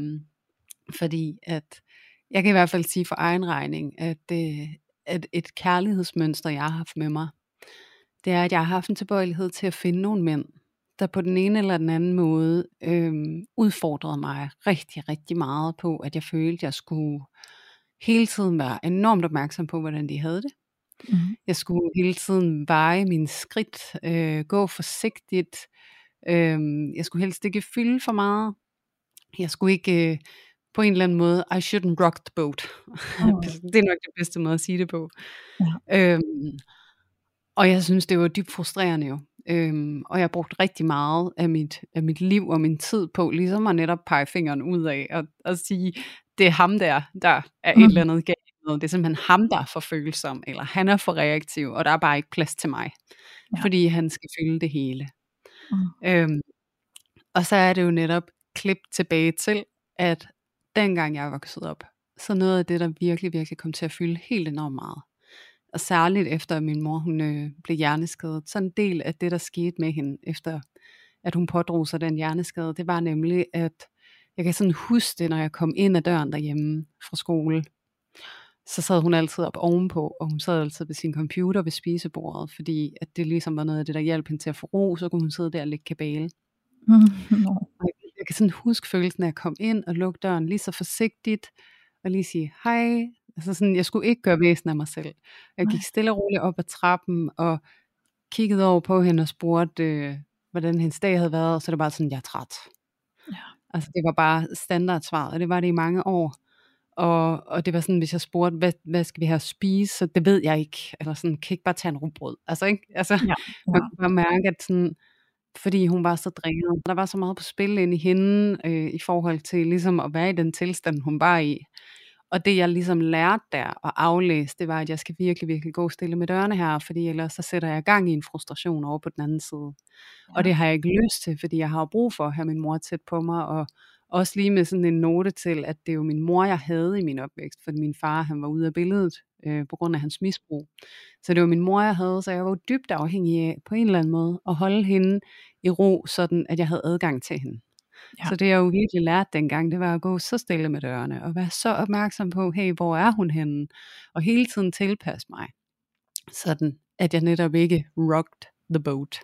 fordi at, jeg kan i hvert fald sige for egen regning, at et kærlighedsmønster, jeg har haft med mig, det er, at jeg har haft en tilbøjelighed til at finde nogle mænd, der på den ene eller den anden måde udfordrede mig rigtig, rigtig meget på, at jeg følte, at jeg skulle hele tiden være enormt opmærksom på, hvordan de havde det. Jeg skulle hele tiden veje mine skridt, gå forsigtigt. Jeg skulle helst ikke fylde for meget. Jeg skulle ikke på en eller anden måde, I shouldn't rock the boat. Det er nok det bedste måde at sige det på. Og jeg synes, det var dybt frustrerende jo. Og jeg har brugt rigtig meget af mit liv og min tid på, ligesom at netop pege fingeren ud af, og sige, det er ham der er et eller andet galt med. Det er simpelthen ham, der er for følsom, eller han er for reaktiv, og der er bare ikke plads til mig. Fordi han skal fylde det hele. Og så er det jo netop klip tilbage til, at dengang jeg voksede op, så noget af det, der virkelig, virkelig kom til at fylde helt enormt meget. Og særligt efter at min mor hun blev hjerneskadet. Så en del af det, der skete med hende, efter at hun pådrog sig den hjerneskade, det var nemlig, at jeg kan sådan huske det, når jeg kom ind ad døren derhjemme fra skole. Så sad hun altid op ovenpå, og hun sad altid ved sin computer ved spisebordet, fordi at det ligesom var noget af det, der hjalp hende til at få ro, så kunne hun sidde der og lægge kabale. Jeg kan sådan huske følelsen af at komme ind og lukke døren lige så forsigtigt, og lige sige hej. Altså sådan, jeg skulle ikke gøre væsen af mig selv. Jeg gik stille og roligt op ad trappen, og kiggede over på hende og spurgte, hvordan hendes dag havde været, og så er det bare sådan, jeg er træt. Altså det var bare standardsvaret, og det var det i mange år. Og det var sådan, hvis jeg spurgte, hvad skal vi have at spise, så det ved jeg ikke. Eller sådan, kan ikke bare tage en rugbrød. Altså ikke? Altså, man kunne bare mærke, at sådan, fordi hun var så drænet. Der var så meget på spil ind i hende, i forhold til ligesom at være i den tilstand, hun var i. Og det jeg ligesom lærte der og aflæste, det var, at jeg skal virkelig, virkelig gå stille med dørene her, fordi ellers så sætter jeg gang i en frustration over på den anden side. Og det har jeg ikke lyst til, fordi jeg har brug for at have min mor tæt på mig, Også lige med sådan en note til, at det er jo min mor, jeg havde i min opvækst, fordi min far, han var ude af billedet på grund af hans misbrug. Så det var min mor, jeg havde, så jeg var jo dybt afhængig af på en eller anden måde at holde hende i ro, sådan at jeg havde adgang til hende. Ja. Så det jeg jo virkelig lærte dengang, det var at gå så stille med dørene, og være så opmærksom på, hey, hvor er hun henne? Og hele tiden tilpasse mig, sådan at jeg netop ikke rocked the boat.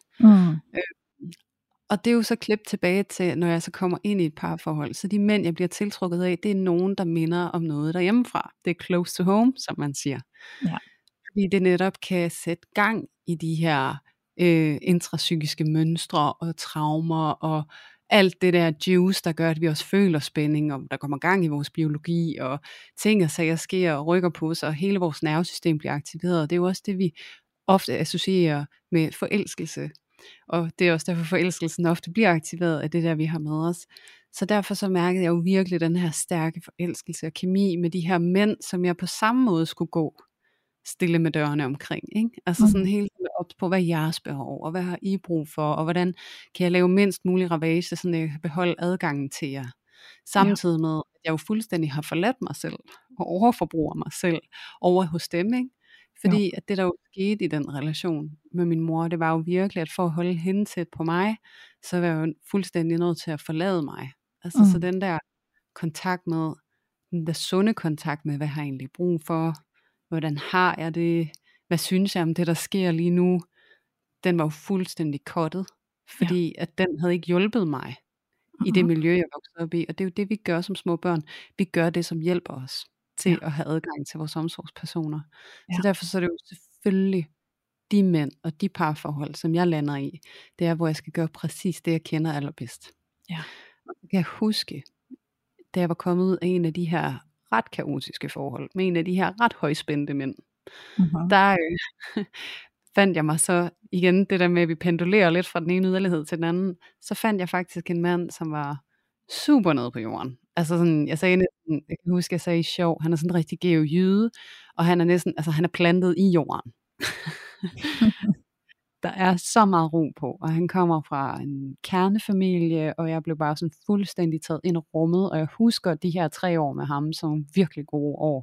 Og det er jo så klip tilbage til, når jeg så kommer ind i et parforhold, så de mænd, jeg bliver tiltrukket af, det er nogen, der minder om noget derhjemmefra. Det er close to home, som man siger. Ja. Fordi det netop kan sætte gang i de her intrapsykiske mønstre og traumer og alt det der juice, der gør, at vi også føler spænding, og der kommer gang i vores biologi, og ting og sager sker og rykker på sig, og hele vores nervesystem bliver aktiveret. Det er jo også det, vi ofte associerer med forelskelse. Og det er også derfor, forelskelsen ofte bliver aktiveret af det der, vi har med os. Så derfor så mærkede jeg jo virkelig den her stærke forelskelse og kemi med de her mænd, som jeg på samme måde skulle gå stille med dørene omkring. Ikke? Altså sådan helt op på, hvad er jeres behov, og hvad har I brug for, og hvordan kan jeg lave mindst mulig ravage, så jeg kan beholde adgangen til jer. Samtidig med, at jeg jo fuldstændig har forladt mig selv, og overforbruger mig selv over hos dem. Ikke? Fordi at det der jo skete i den relation med min mor, det var jo virkelig, at for at holde hende tæt på mig, så var jeg jo fuldstændig nødt til at forlade mig. Altså så den der kontakt med, den der sunde kontakt med, hvad har jeg egentlig brug for, hvordan har jeg det, hvad synes jeg om det, der sker lige nu, den var jo fuldstændig cuttet, fordi at den havde ikke hjulpet mig i det miljø, jeg voksede op i. Og det er jo det, vi gør som små børn. Vi gør det, som hjælper os til at have adgang til vores omsorgspersoner. Så derfor så er det jo selvfølgelig de mænd og de parforhold, som jeg lander i, det er, hvor jeg skal gøre præcis det, jeg kender allerbedst. Og jeg kan huske, da jeg var kommet ud af en af de her ret kaotiske forhold, med en af de her ret højspændte mænd, der fandt jeg mig så, igen det der med, at vi pendulerer lidt fra den ene yderlighed til den anden, så fandt jeg faktisk en mand, som var super nede på jorden. Altså sådan, jeg kan huske, jeg sagde i sjov, han er sådan en rigtig gæv jyde, og han er næsten, altså han er plantet i jorden. Der er så meget ro på, og han kommer fra en kernefamilie, og jeg blev bare sådan fuldstændig taget ind i rummet, og jeg husker de her 3 år med ham som virkelig gode år.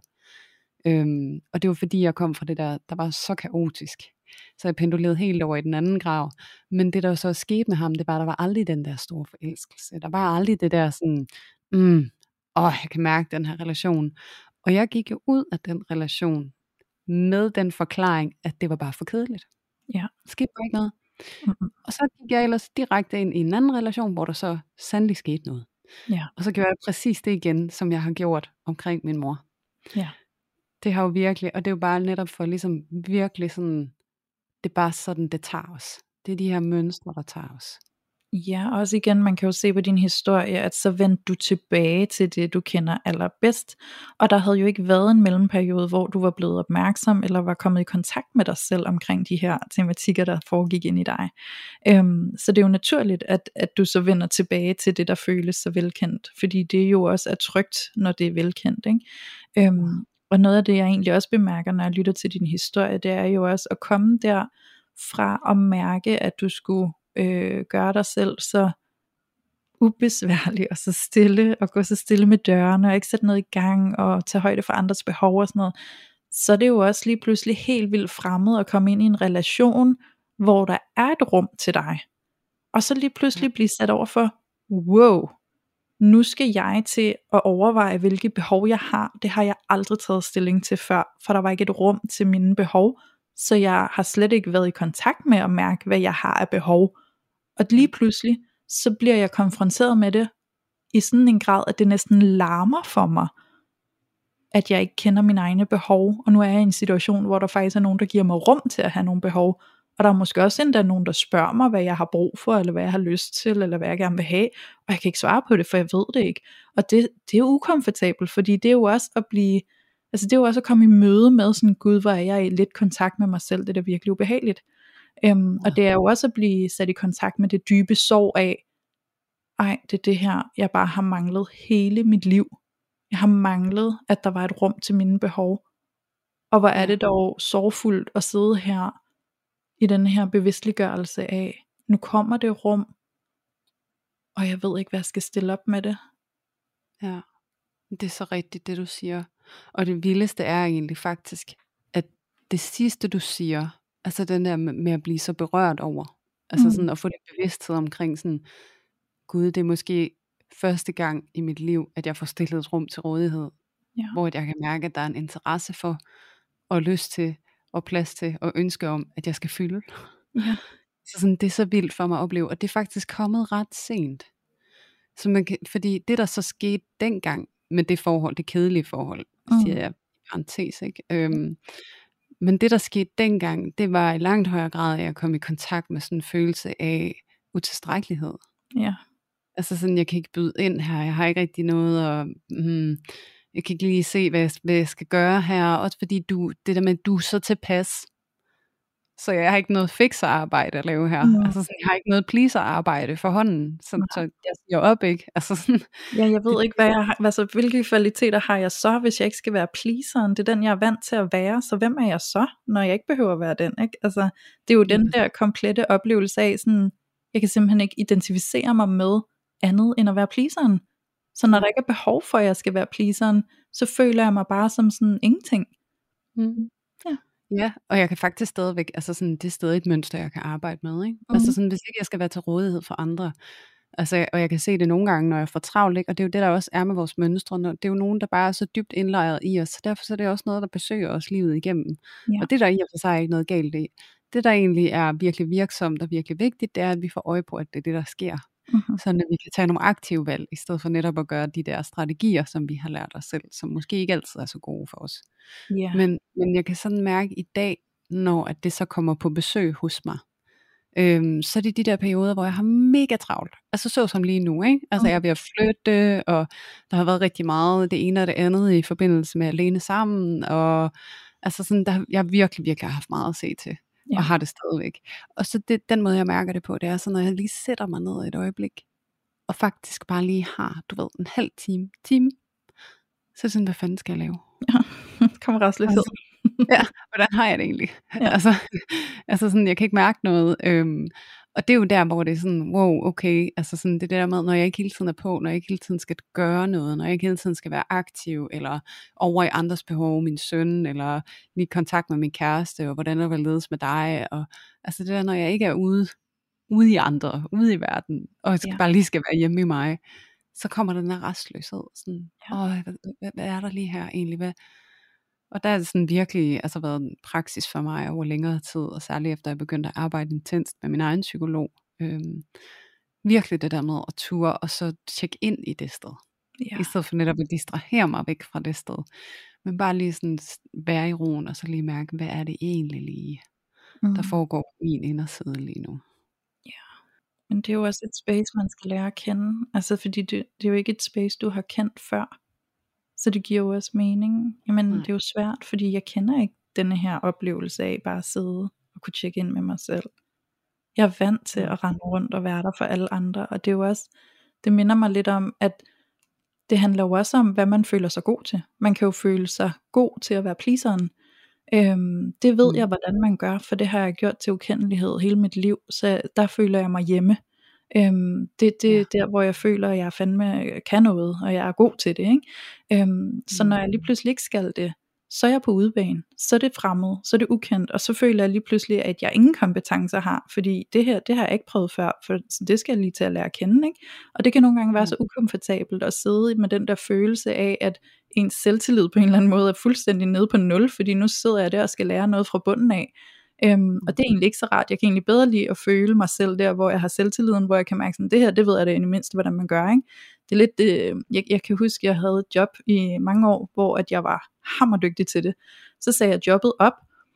Og det var fordi jeg kom fra det der var så kaotisk, så jeg pendulerede helt over i den anden grav. Men det der så skete med ham, det var, der var aldrig den der store forelskelse, der var aldrig det der sådan, jeg kan mærke den her relation. Og jeg gik jo ud af den relation med den forklaring, at det var bare for kedeligt. Der skete bare ikke noget. Og så gik jeg ellers direkte ind i en anden relation, hvor der så sandelig skete noget. Og så gjorde jeg præcis det igen, som jeg har gjort omkring min mor. Det har jo virkelig, og det er jo bare netop for ligesom virkelig sådan, det er bare sådan, det tager os. Det er de her mønstre, der tager os. Ja, også igen, man kan jo se på din historie, at så vendte du tilbage til det, du kender allerbedst, og der havde jo ikke været en mellemperiode, hvor du var blevet opmærksom, eller var kommet i kontakt med dig selv omkring de her tematikker, der foregik ind i dig. Så det er jo naturligt, at du så vender tilbage til det, der føles så velkendt, fordi det jo også er trygt, når det er velkendt, ikke? Og noget af det, jeg egentlig også bemærker, når jeg lytter til din historie, det er jo også at komme der fra at mærke, at du skulle gøre dig selv så ubesværlig og så stille, og gå så stille med dørene, og ikke sætte noget i gang, og tage højde for andres behov og sådan noget, så er det jo også lige pludselig helt vildt fremmed at komme ind i en relation, hvor der er et rum til dig, og så lige pludselig blive sat over for, wow, nu skal jeg til at overveje, hvilke behov jeg har. Det har jeg aldrig taget stilling til før, for der var ikke et rum til mine behov, så jeg har slet ikke været i kontakt med at mærke, hvad jeg har af behov. Og lige pludselig, så bliver jeg konfronteret med det, i sådan en grad, at det næsten larmer for mig, at jeg ikke kender mine egne behov, og nu er jeg i en situation, hvor der faktisk er nogen, der giver mig rum til at have nogle behov, og der er måske også endda nogen, der spørger mig, hvad jeg har brug for, eller hvad jeg har lyst til, eller hvad jeg gerne vil have, og jeg kan ikke svare på det, for jeg ved det ikke. Og det er jo ukomfortabelt, fordi det er jo også at blive, altså det er jo også at komme i møde med sådan, Gud, hvor er jeg i lidt kontakt med mig selv, det er da virkelig ubehageligt. Og det er jo også at blive sat i kontakt med det dybe sorg af, det er det her, jeg bare har manglet hele mit liv. Jeg har manglet, at der var et rum til mine behov. Og hvor er det dog sorgfuldt at sidde her, i den her bevidstliggørelse af, nu kommer det rum, og jeg ved ikke, hvad jeg skal stille op med det. Ja, det er så rigtigt, det du siger. Og det vildeste er egentlig faktisk, at det sidste du siger, altså den der med at blive så berørt over, altså sådan at få det bevidsthed omkring sådan, gud, det er måske første gang i mit liv, at jeg får stillet et rum til rådighed, Ja. hvor jeg kan mærke, at der er en interesse for, og lyst til, og plads til, og ønske om, at jeg skal fylde. Ja. Så sådan, det er så vildt for mig at opleve, og det er faktisk kommet ret sent. Så man kan, fordi det der så skete dengang, med det forhold, det kedelige forhold, siger jeg i parentes, ikke? Men det der skete dengang, det var i langt højere grad, at jeg kom i kontakt med sådan en følelse af utilstrækkelighed. Ja. Altså sådan, jeg kan ikke byde ind her, jeg har ikke rigtig noget, og jeg kan ikke lige se, hvad jeg skal gøre her, også fordi det der med, at du er så tilpas, så jeg har ikke noget fixerarbejde at lave her. Altså sådan, jeg har ikke noget pleaserarbejde for hånden, så jeg siger op, ikke? Altså sådan, ja, jeg ved ikke, hvad jeg har, altså, hvilke kvaliteter har jeg så, hvis jeg ikke skal være pleaseren? Det er den, jeg er vant til at være, så hvem er jeg så, når jeg ikke behøver at være den, ikke? Altså, det er jo den der komplette oplevelse af, sådan, jeg kan simpelthen ikke identificere mig med andet, end at være pleaseren. Så når der ikke er behov for, at jeg skal være pleaseren, så føler jeg mig bare som sådan ingenting. Ja, og jeg kan faktisk stadigvæk, altså sådan, det er stadig et mønster, jeg kan arbejde med, ikke? Altså sådan, hvis ikke jeg skal være til rådighed for andre, altså, og jeg kan se det nogle gange, når jeg får travlt, ikke? Og det er jo det, der også er med vores mønstre, det er jo nogen, der bare er så dybt indlejret i os, så derfor så er det også noget, der besøger os livet igennem, og det der i og for sig ikke noget galt i. Det der egentlig er virkelig virksomt og virkelig vigtigt, det er, at vi får øje på, at det er det, der sker. Sådan at vi kan tage nogle aktive valg, i stedet for netop at gøre de der strategier, som vi har lært os selv, som måske ikke altid er så gode for os. Men jeg kan sådan mærke i dag, når at det så kommer på besøg hos mig, så er det de der perioder, hvor jeg har mega travlt. Altså så som lige nu, ikke? Altså jeg er ved at flytte, og der har været rigtig meget det ene og det andet i forbindelse med alene sammen, og altså sådan, jeg virkelig har haft meget at se til. Og har det stadigvæk. Og så den måde jeg mærker det på, det er så når jeg lige sætter mig ned et øjeblik, og faktisk bare lige har, du ved, en halv time, så er det sådan, hvad fanden skal jeg lave? Kommer rastløshed. Ja, hvordan har jeg det egentlig? Altså sådan, jeg kan ikke mærke noget. Og det er jo der, hvor det er sådan, wow, okay, altså sådan det der med, når jeg ikke hele tiden er på, når jeg ikke hele tiden skal gøre noget, når jeg ikke hele tiden skal være aktiv, eller over i andres behov, min søn, eller lige i kontakt med min kæreste, og hvordan det vil ledes med dig, og altså det der, når jeg ikke er ude i andre, ude i verden, og jeg bare lige skal være hjemme i mig, så kommer den der rastløshed, sådan, hvad er der lige her egentlig, og der er det sådan virkelig været en praksis for mig over længere tid, og særligt efter jeg begyndte at arbejde intenst med min egen psykolog. Virkelig det der med at ture, og så tjekke ind i det sted. I stedet for netop at distrahere mig væk fra det sted. Men bare lige sådan være i roen, og så lige mærke, hvad er det egentlig lige, der foregår på min inderside lige nu. Men det er jo også et space, man skal lære at kende. Altså fordi det er jo ikke et space, du har kendt før. Så det giver jo også mening. Jamen det er jo svært, fordi jeg kender ikke denne her oplevelse af bare at sidde og kunne tjekke ind med mig selv. Jeg er vant til at rende rundt og være der for alle andre. Og det er jo også, det minder mig lidt om, at det handler jo også om, hvad man føler sig god til. Man kan jo føle sig god til at være pleaseren. Det ved jeg, hvordan man gør, for det har jeg gjort til ukendelighed hele mit liv. Så der føler jeg mig hjemme. Det er der, hvor jeg føler, at jeg fandme kan noget, og jeg er god til det, ikke? Så når jeg lige pludselig ikke skal det, så er jeg på udebane, så er det fremmed, så er det ukendt, og så føler jeg lige pludselig, at jeg ingen kompetencer har, fordi det her, det har jeg ikke prøvet før, for det skal jeg lige til at lære at kende, ikke? Og det kan nogle gange være så ukomfortabelt at sidde med den der følelse af, at ens selvtillid på en eller anden måde er fuldstændig nede på 0, fordi nu sidder jeg der og skal lære noget fra bunden af. Og det er egentlig ikke så rart. Jeg kan egentlig bedre lide at føle mig selv der, hvor jeg har selvtilliden, hvor jeg kan mærke sådan, det her, det ved jeg da i det mindste, hvordan man gør, ikke? Det er lidt, jeg kan huske, jeg havde et job i mange år, hvor at jeg var hammerdygtig til det. Så sagde jeg jobbet op,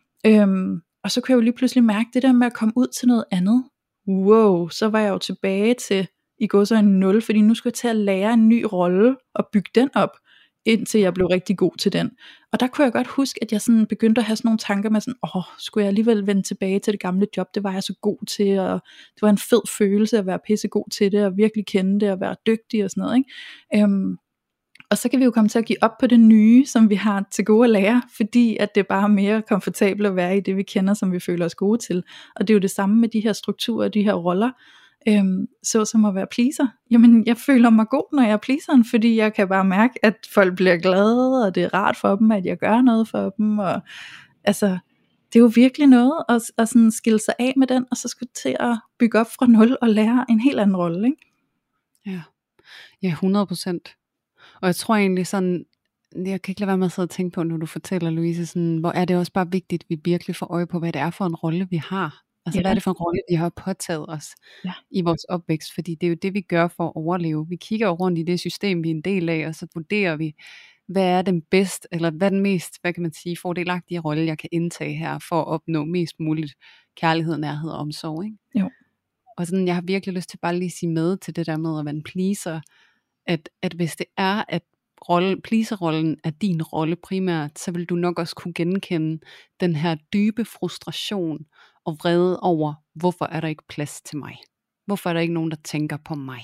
og så kunne jeg jo lige pludselig mærke det der med at komme ud til noget andet. Wow, så var jeg jo tilbage til i går så en 0, fordi nu skulle jeg til at lære en ny rolle og bygge den op, indtil jeg blev rigtig god til den. Og der kunne jeg godt huske, at jeg sådan begyndte at have sådan nogle tanker med sådan, skulle jeg alligevel vende tilbage til det gamle job, det var jeg så god til, og det var en fed følelse at være pissegod til det, og virkelig kende det, og være dygtig og sådan noget, ikke? Og så kan vi jo komme til at give op på det nye, som vi har til gode at lære, fordi at det er bare mere komfortabelt at være i det, vi kender, som vi føler os gode til. Og det er jo det samme med de her strukturer, de her roller. så som at være pleaser. Jamen, jeg føler mig god, når jeg er pleaseren, fordi jeg kan bare mærke, at folk bliver glade, og det er rart for dem, at jeg gør noget for dem, og altså, det er jo virkelig noget, at sådan skille sig af med den, og så skulle til at bygge op fra nul, og lære en helt anden rolle, ikke? Ja, 100%. Og jeg tror egentlig sådan, jeg kan ikke lade være med at sidde og tænke på, når du fortæller, Louise, sådan, hvor er det også bare vigtigt, at vi virkelig får øje på, hvad det er for en rolle, vi har. Altså, hvad er det for en rolle, vi har påtaget os i vores opvækst? Fordi det er jo det, vi gør for at overleve. Vi kigger rundt i det system, vi er en del af, og så vurderer vi, hvad er den bedste, eller hvad er den mest, hvad kan man sige, fordelagtige rolle, jeg kan indtage her, for at opnå mest muligt kærlighed, nærhed og omsorg, ikke? Jo. Og sådan, jeg har virkelig lyst til bare lige at sige med til det der med at være en pleaser, at hvis det er, at pleaserrollen er din rolle primært, så vil du nok også kunne genkende den her dybe frustration og vrede over, hvorfor er der ikke plads til mig? Hvorfor er der ikke nogen, der tænker på mig?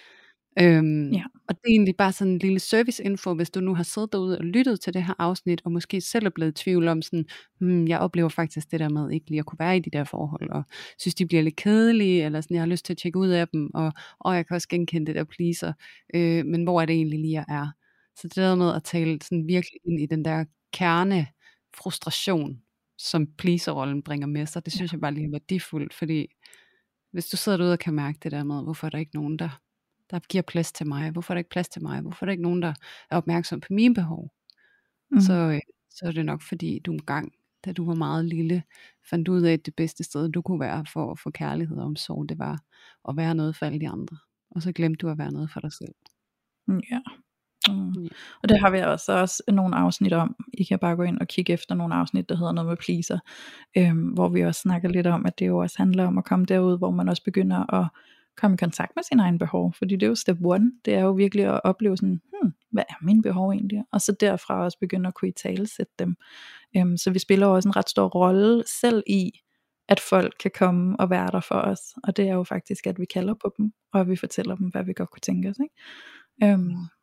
Og det er egentlig bare sådan en lille serviceinfo, hvis du nu har siddet derude og lyttet til det her afsnit, og måske selv er blevet i tvivl om sådan, jeg oplever faktisk det der med ikke lige at kunne være i de der forhold, og synes de bliver lidt kedelige, eller sådan, jeg har lyst til at tjekke ud af dem, og jeg kan også genkende det der pleaser, men hvor er det egentlig lige, jeg er? Så det der med at tale sådan virkelig ind i den der kerne frustration, som pleaserrollen bringer med sig, det synes jeg bare lige er værdifuldt, fordi hvis du sidder derude og kan mærke det der med, hvorfor er der ikke nogen, der giver plads til mig, hvorfor er der ikke plads til mig, hvorfor er der ikke nogen, der er opmærksom på mine behov, så er det nok fordi du engang, da du var meget lille, fandt ud af, at det bedste sted du kunne være for at få kærlighed og omsorg, det var at være noget for alle de andre, og så glemte du at være noget for dig selv. Ja. Og det har vi også nogle afsnit om. I kan bare gå ind og kigge efter nogle afsnit, der hedder noget med pleaser, hvor vi også snakker lidt om, at det jo også handler om at komme derud, hvor man også begynder at komme i kontakt med sin egen behov, fordi det er jo step one, det er jo virkelig at opleve sådan, hvad er mine behov egentlig, og så derfra også begynde at kunne italesætte dem. Så vi spiller også en ret stor rolle selv i, at folk kan komme og være der for os, og det er jo faktisk, at vi kalder på dem, og at vi fortæller dem, hvad vi godt kunne tænke os, ikke?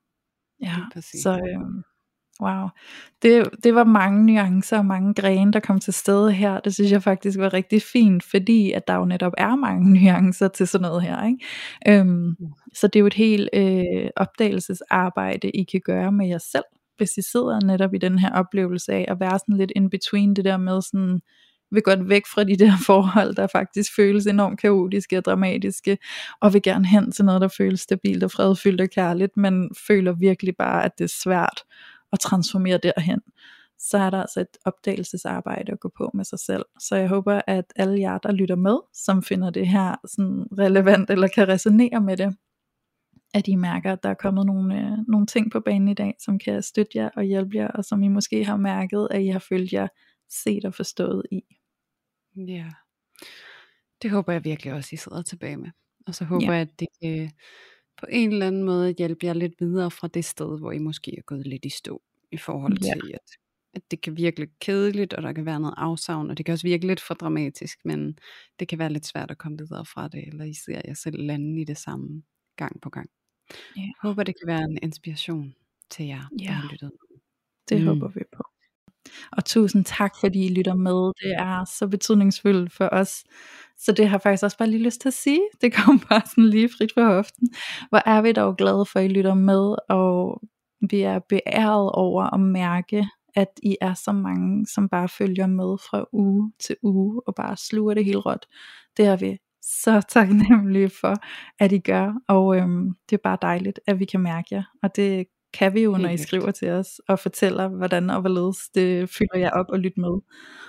Så wow, det var mange nuancer og mange grene, der kom til stede her. Det synes jeg faktisk var rigtig fint, fordi at der jo netop er mange nuancer til sådan noget her, ikke? Så det er jo et helt opdagelsesarbejde, I kan gøre med jer selv, hvis I sidder netop i den her oplevelse af at være sådan lidt in between, det der med sådan, vil godt væk fra de der forhold, der faktisk føles enormt kaotiske og dramatiske, og vil gerne hen til noget, der føles stabilt og fredfyldt og kærligt, men føler virkelig bare, at det er svært at transformere derhen. Så er der altså et opdagelsesarbejde at gå på med sig selv. Så jeg håber, at alle jer, der lytter med, som finder det her sådan relevant, eller kan resonere med det, at I mærker, at der er kommet nogle ting på banen i dag, som kan støtte jer og hjælpe jer, og som I måske har mærket, at I har følt jer set og forstået i. Ja, det håber jeg virkelig også, I sidder tilbage med. Og så håber jeg, at det kan på en eller anden måde hjælpe jer lidt videre fra det sted, hvor I måske er gået lidt i stå, i forhold til, at det kan virke kedeligt, og der kan være noget afsavn, og det kan også virke lidt for dramatisk, men det kan være lidt svært at komme videre fra det, eller I ser jer selv lande i det samme gang på gang. Jeg håber, det kan være en inspiration til jer, der har lyttet. Det håber vi på. Og tusind tak, fordi I lytter med. Det er så betydningsfuldt for os. Så det har jeg faktisk også bare lige lyst til at sige. Det kom bare sådan lige frit fra hoften. Hvor er vi dog glade for, at I lytter med, og vi er beæret over at mærke, at I er så mange, som bare følger med fra uge til uge, og bare sluger det helt råt. Det er vi så taknemmelige for, at I gør, og det er bare dejligt, at vi kan mærke jer, og det kan vi jo, når I skriver til os, og fortæller, hvordan og hvorledes det fylder jer op og lytter med.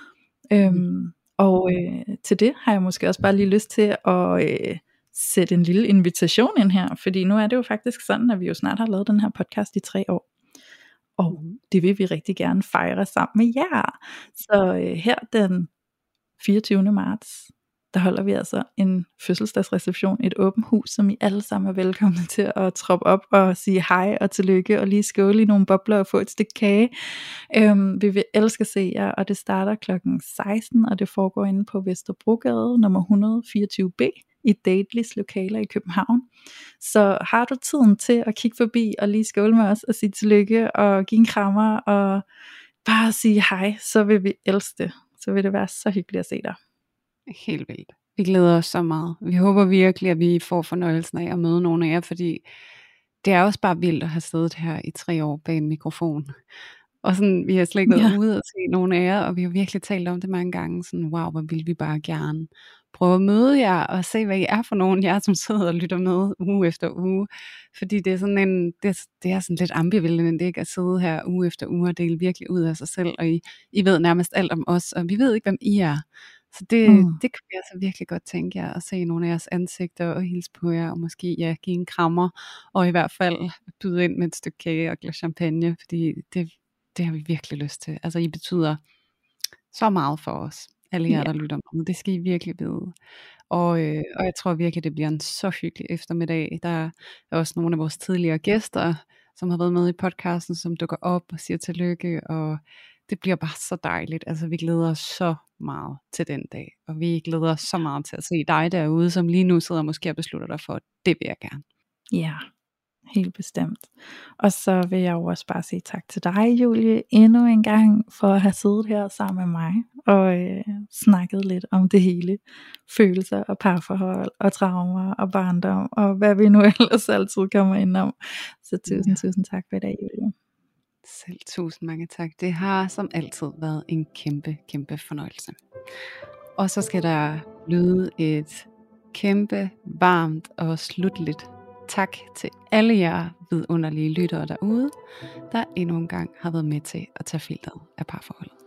Og til det har jeg måske også bare lige lyst til at sætte en lille invitation ind her, fordi nu er det jo faktisk sådan, at vi jo snart har lavet den her podcast i 3 år, og det vil vi rigtig gerne fejre sammen med jer. Så her den 24. marts, der holder vi altså en fødselsdagsreception, et åbent hus, som I alle sammen er velkomne til at troppe op og sige hej og tillykke, og lige skåle i nogle bobler og få et stykke kage. Vi vil elske at se jer, og det starter klokken 16, og det foregår inde på Vesterbrogade, nummer 124B, i Datelys lokaler i København. Så har du tiden til at kigge forbi og lige skåle med os og sige tillykke og give en krammer og bare sige hej, så vil vi elske det. Så vil det være så hyggeligt at se dig. Helt vildt. Vi glæder os så meget. Vi håber virkelig, at vi får fornøjelsen af at møde nogle af jer, fordi det er også bare vildt at have siddet her i 3 år bag en mikrofon. Og sådan, vi har slet ikke været Ja. ude og se nogle af jer, og vi har virkelig talt om det mange gange. Sådan, wow, hvor vil vi bare gerne prøve at møde jer, og se, hvad I er for nogen, jer som sidder og lytter med uge efter uge. Fordi det er sådan det er sådan lidt ambivalent, ikke? At sidde her uge efter uge og dele virkelig ud af sig selv, og I ved nærmest alt om os, og vi ved ikke, hvem I er. Så det kunne jeg altså virkelig godt tænke jer, at se nogle af jeres ansigter, og hilse på jer, og måske give en krammer, og i hvert fald byde ind med et stykke kage og et glas champagne, fordi det har vi virkelig lyst til. Altså I betyder så meget for os, alle jer, der lytter med. Det skal I virkelig vide. Og jeg tror virkelig, det bliver en så hyggelig eftermiddag. Der er også nogle af vores tidligere gæster, som har været med i podcasten, som dukker op og siger tillykke, og det bliver bare så dejligt. Altså vi glæder os så meget til den dag, og vi glæder os så meget til at se dig derude, som lige nu sidder og måske og beslutter dig for, at det vil jeg gerne. Ja, helt bestemt. Og så vil jeg jo også bare sige tak til dig, Julie, endnu en gang for at have siddet her sammen med mig og snakket lidt om det hele. Følelser og parforhold og traumer og barndom og hvad vi nu ellers altid kommer ind om. Så tusind tak for i dag, Julie. Selv tusind mange tak. Det har som altid været en kæmpe fornøjelse. Og så skal der lyde et kæmpe, varmt og slutligt tak til alle jer vidunderlige lyttere derude, der endnu en gang har været med til at tage filteret af parforholdet.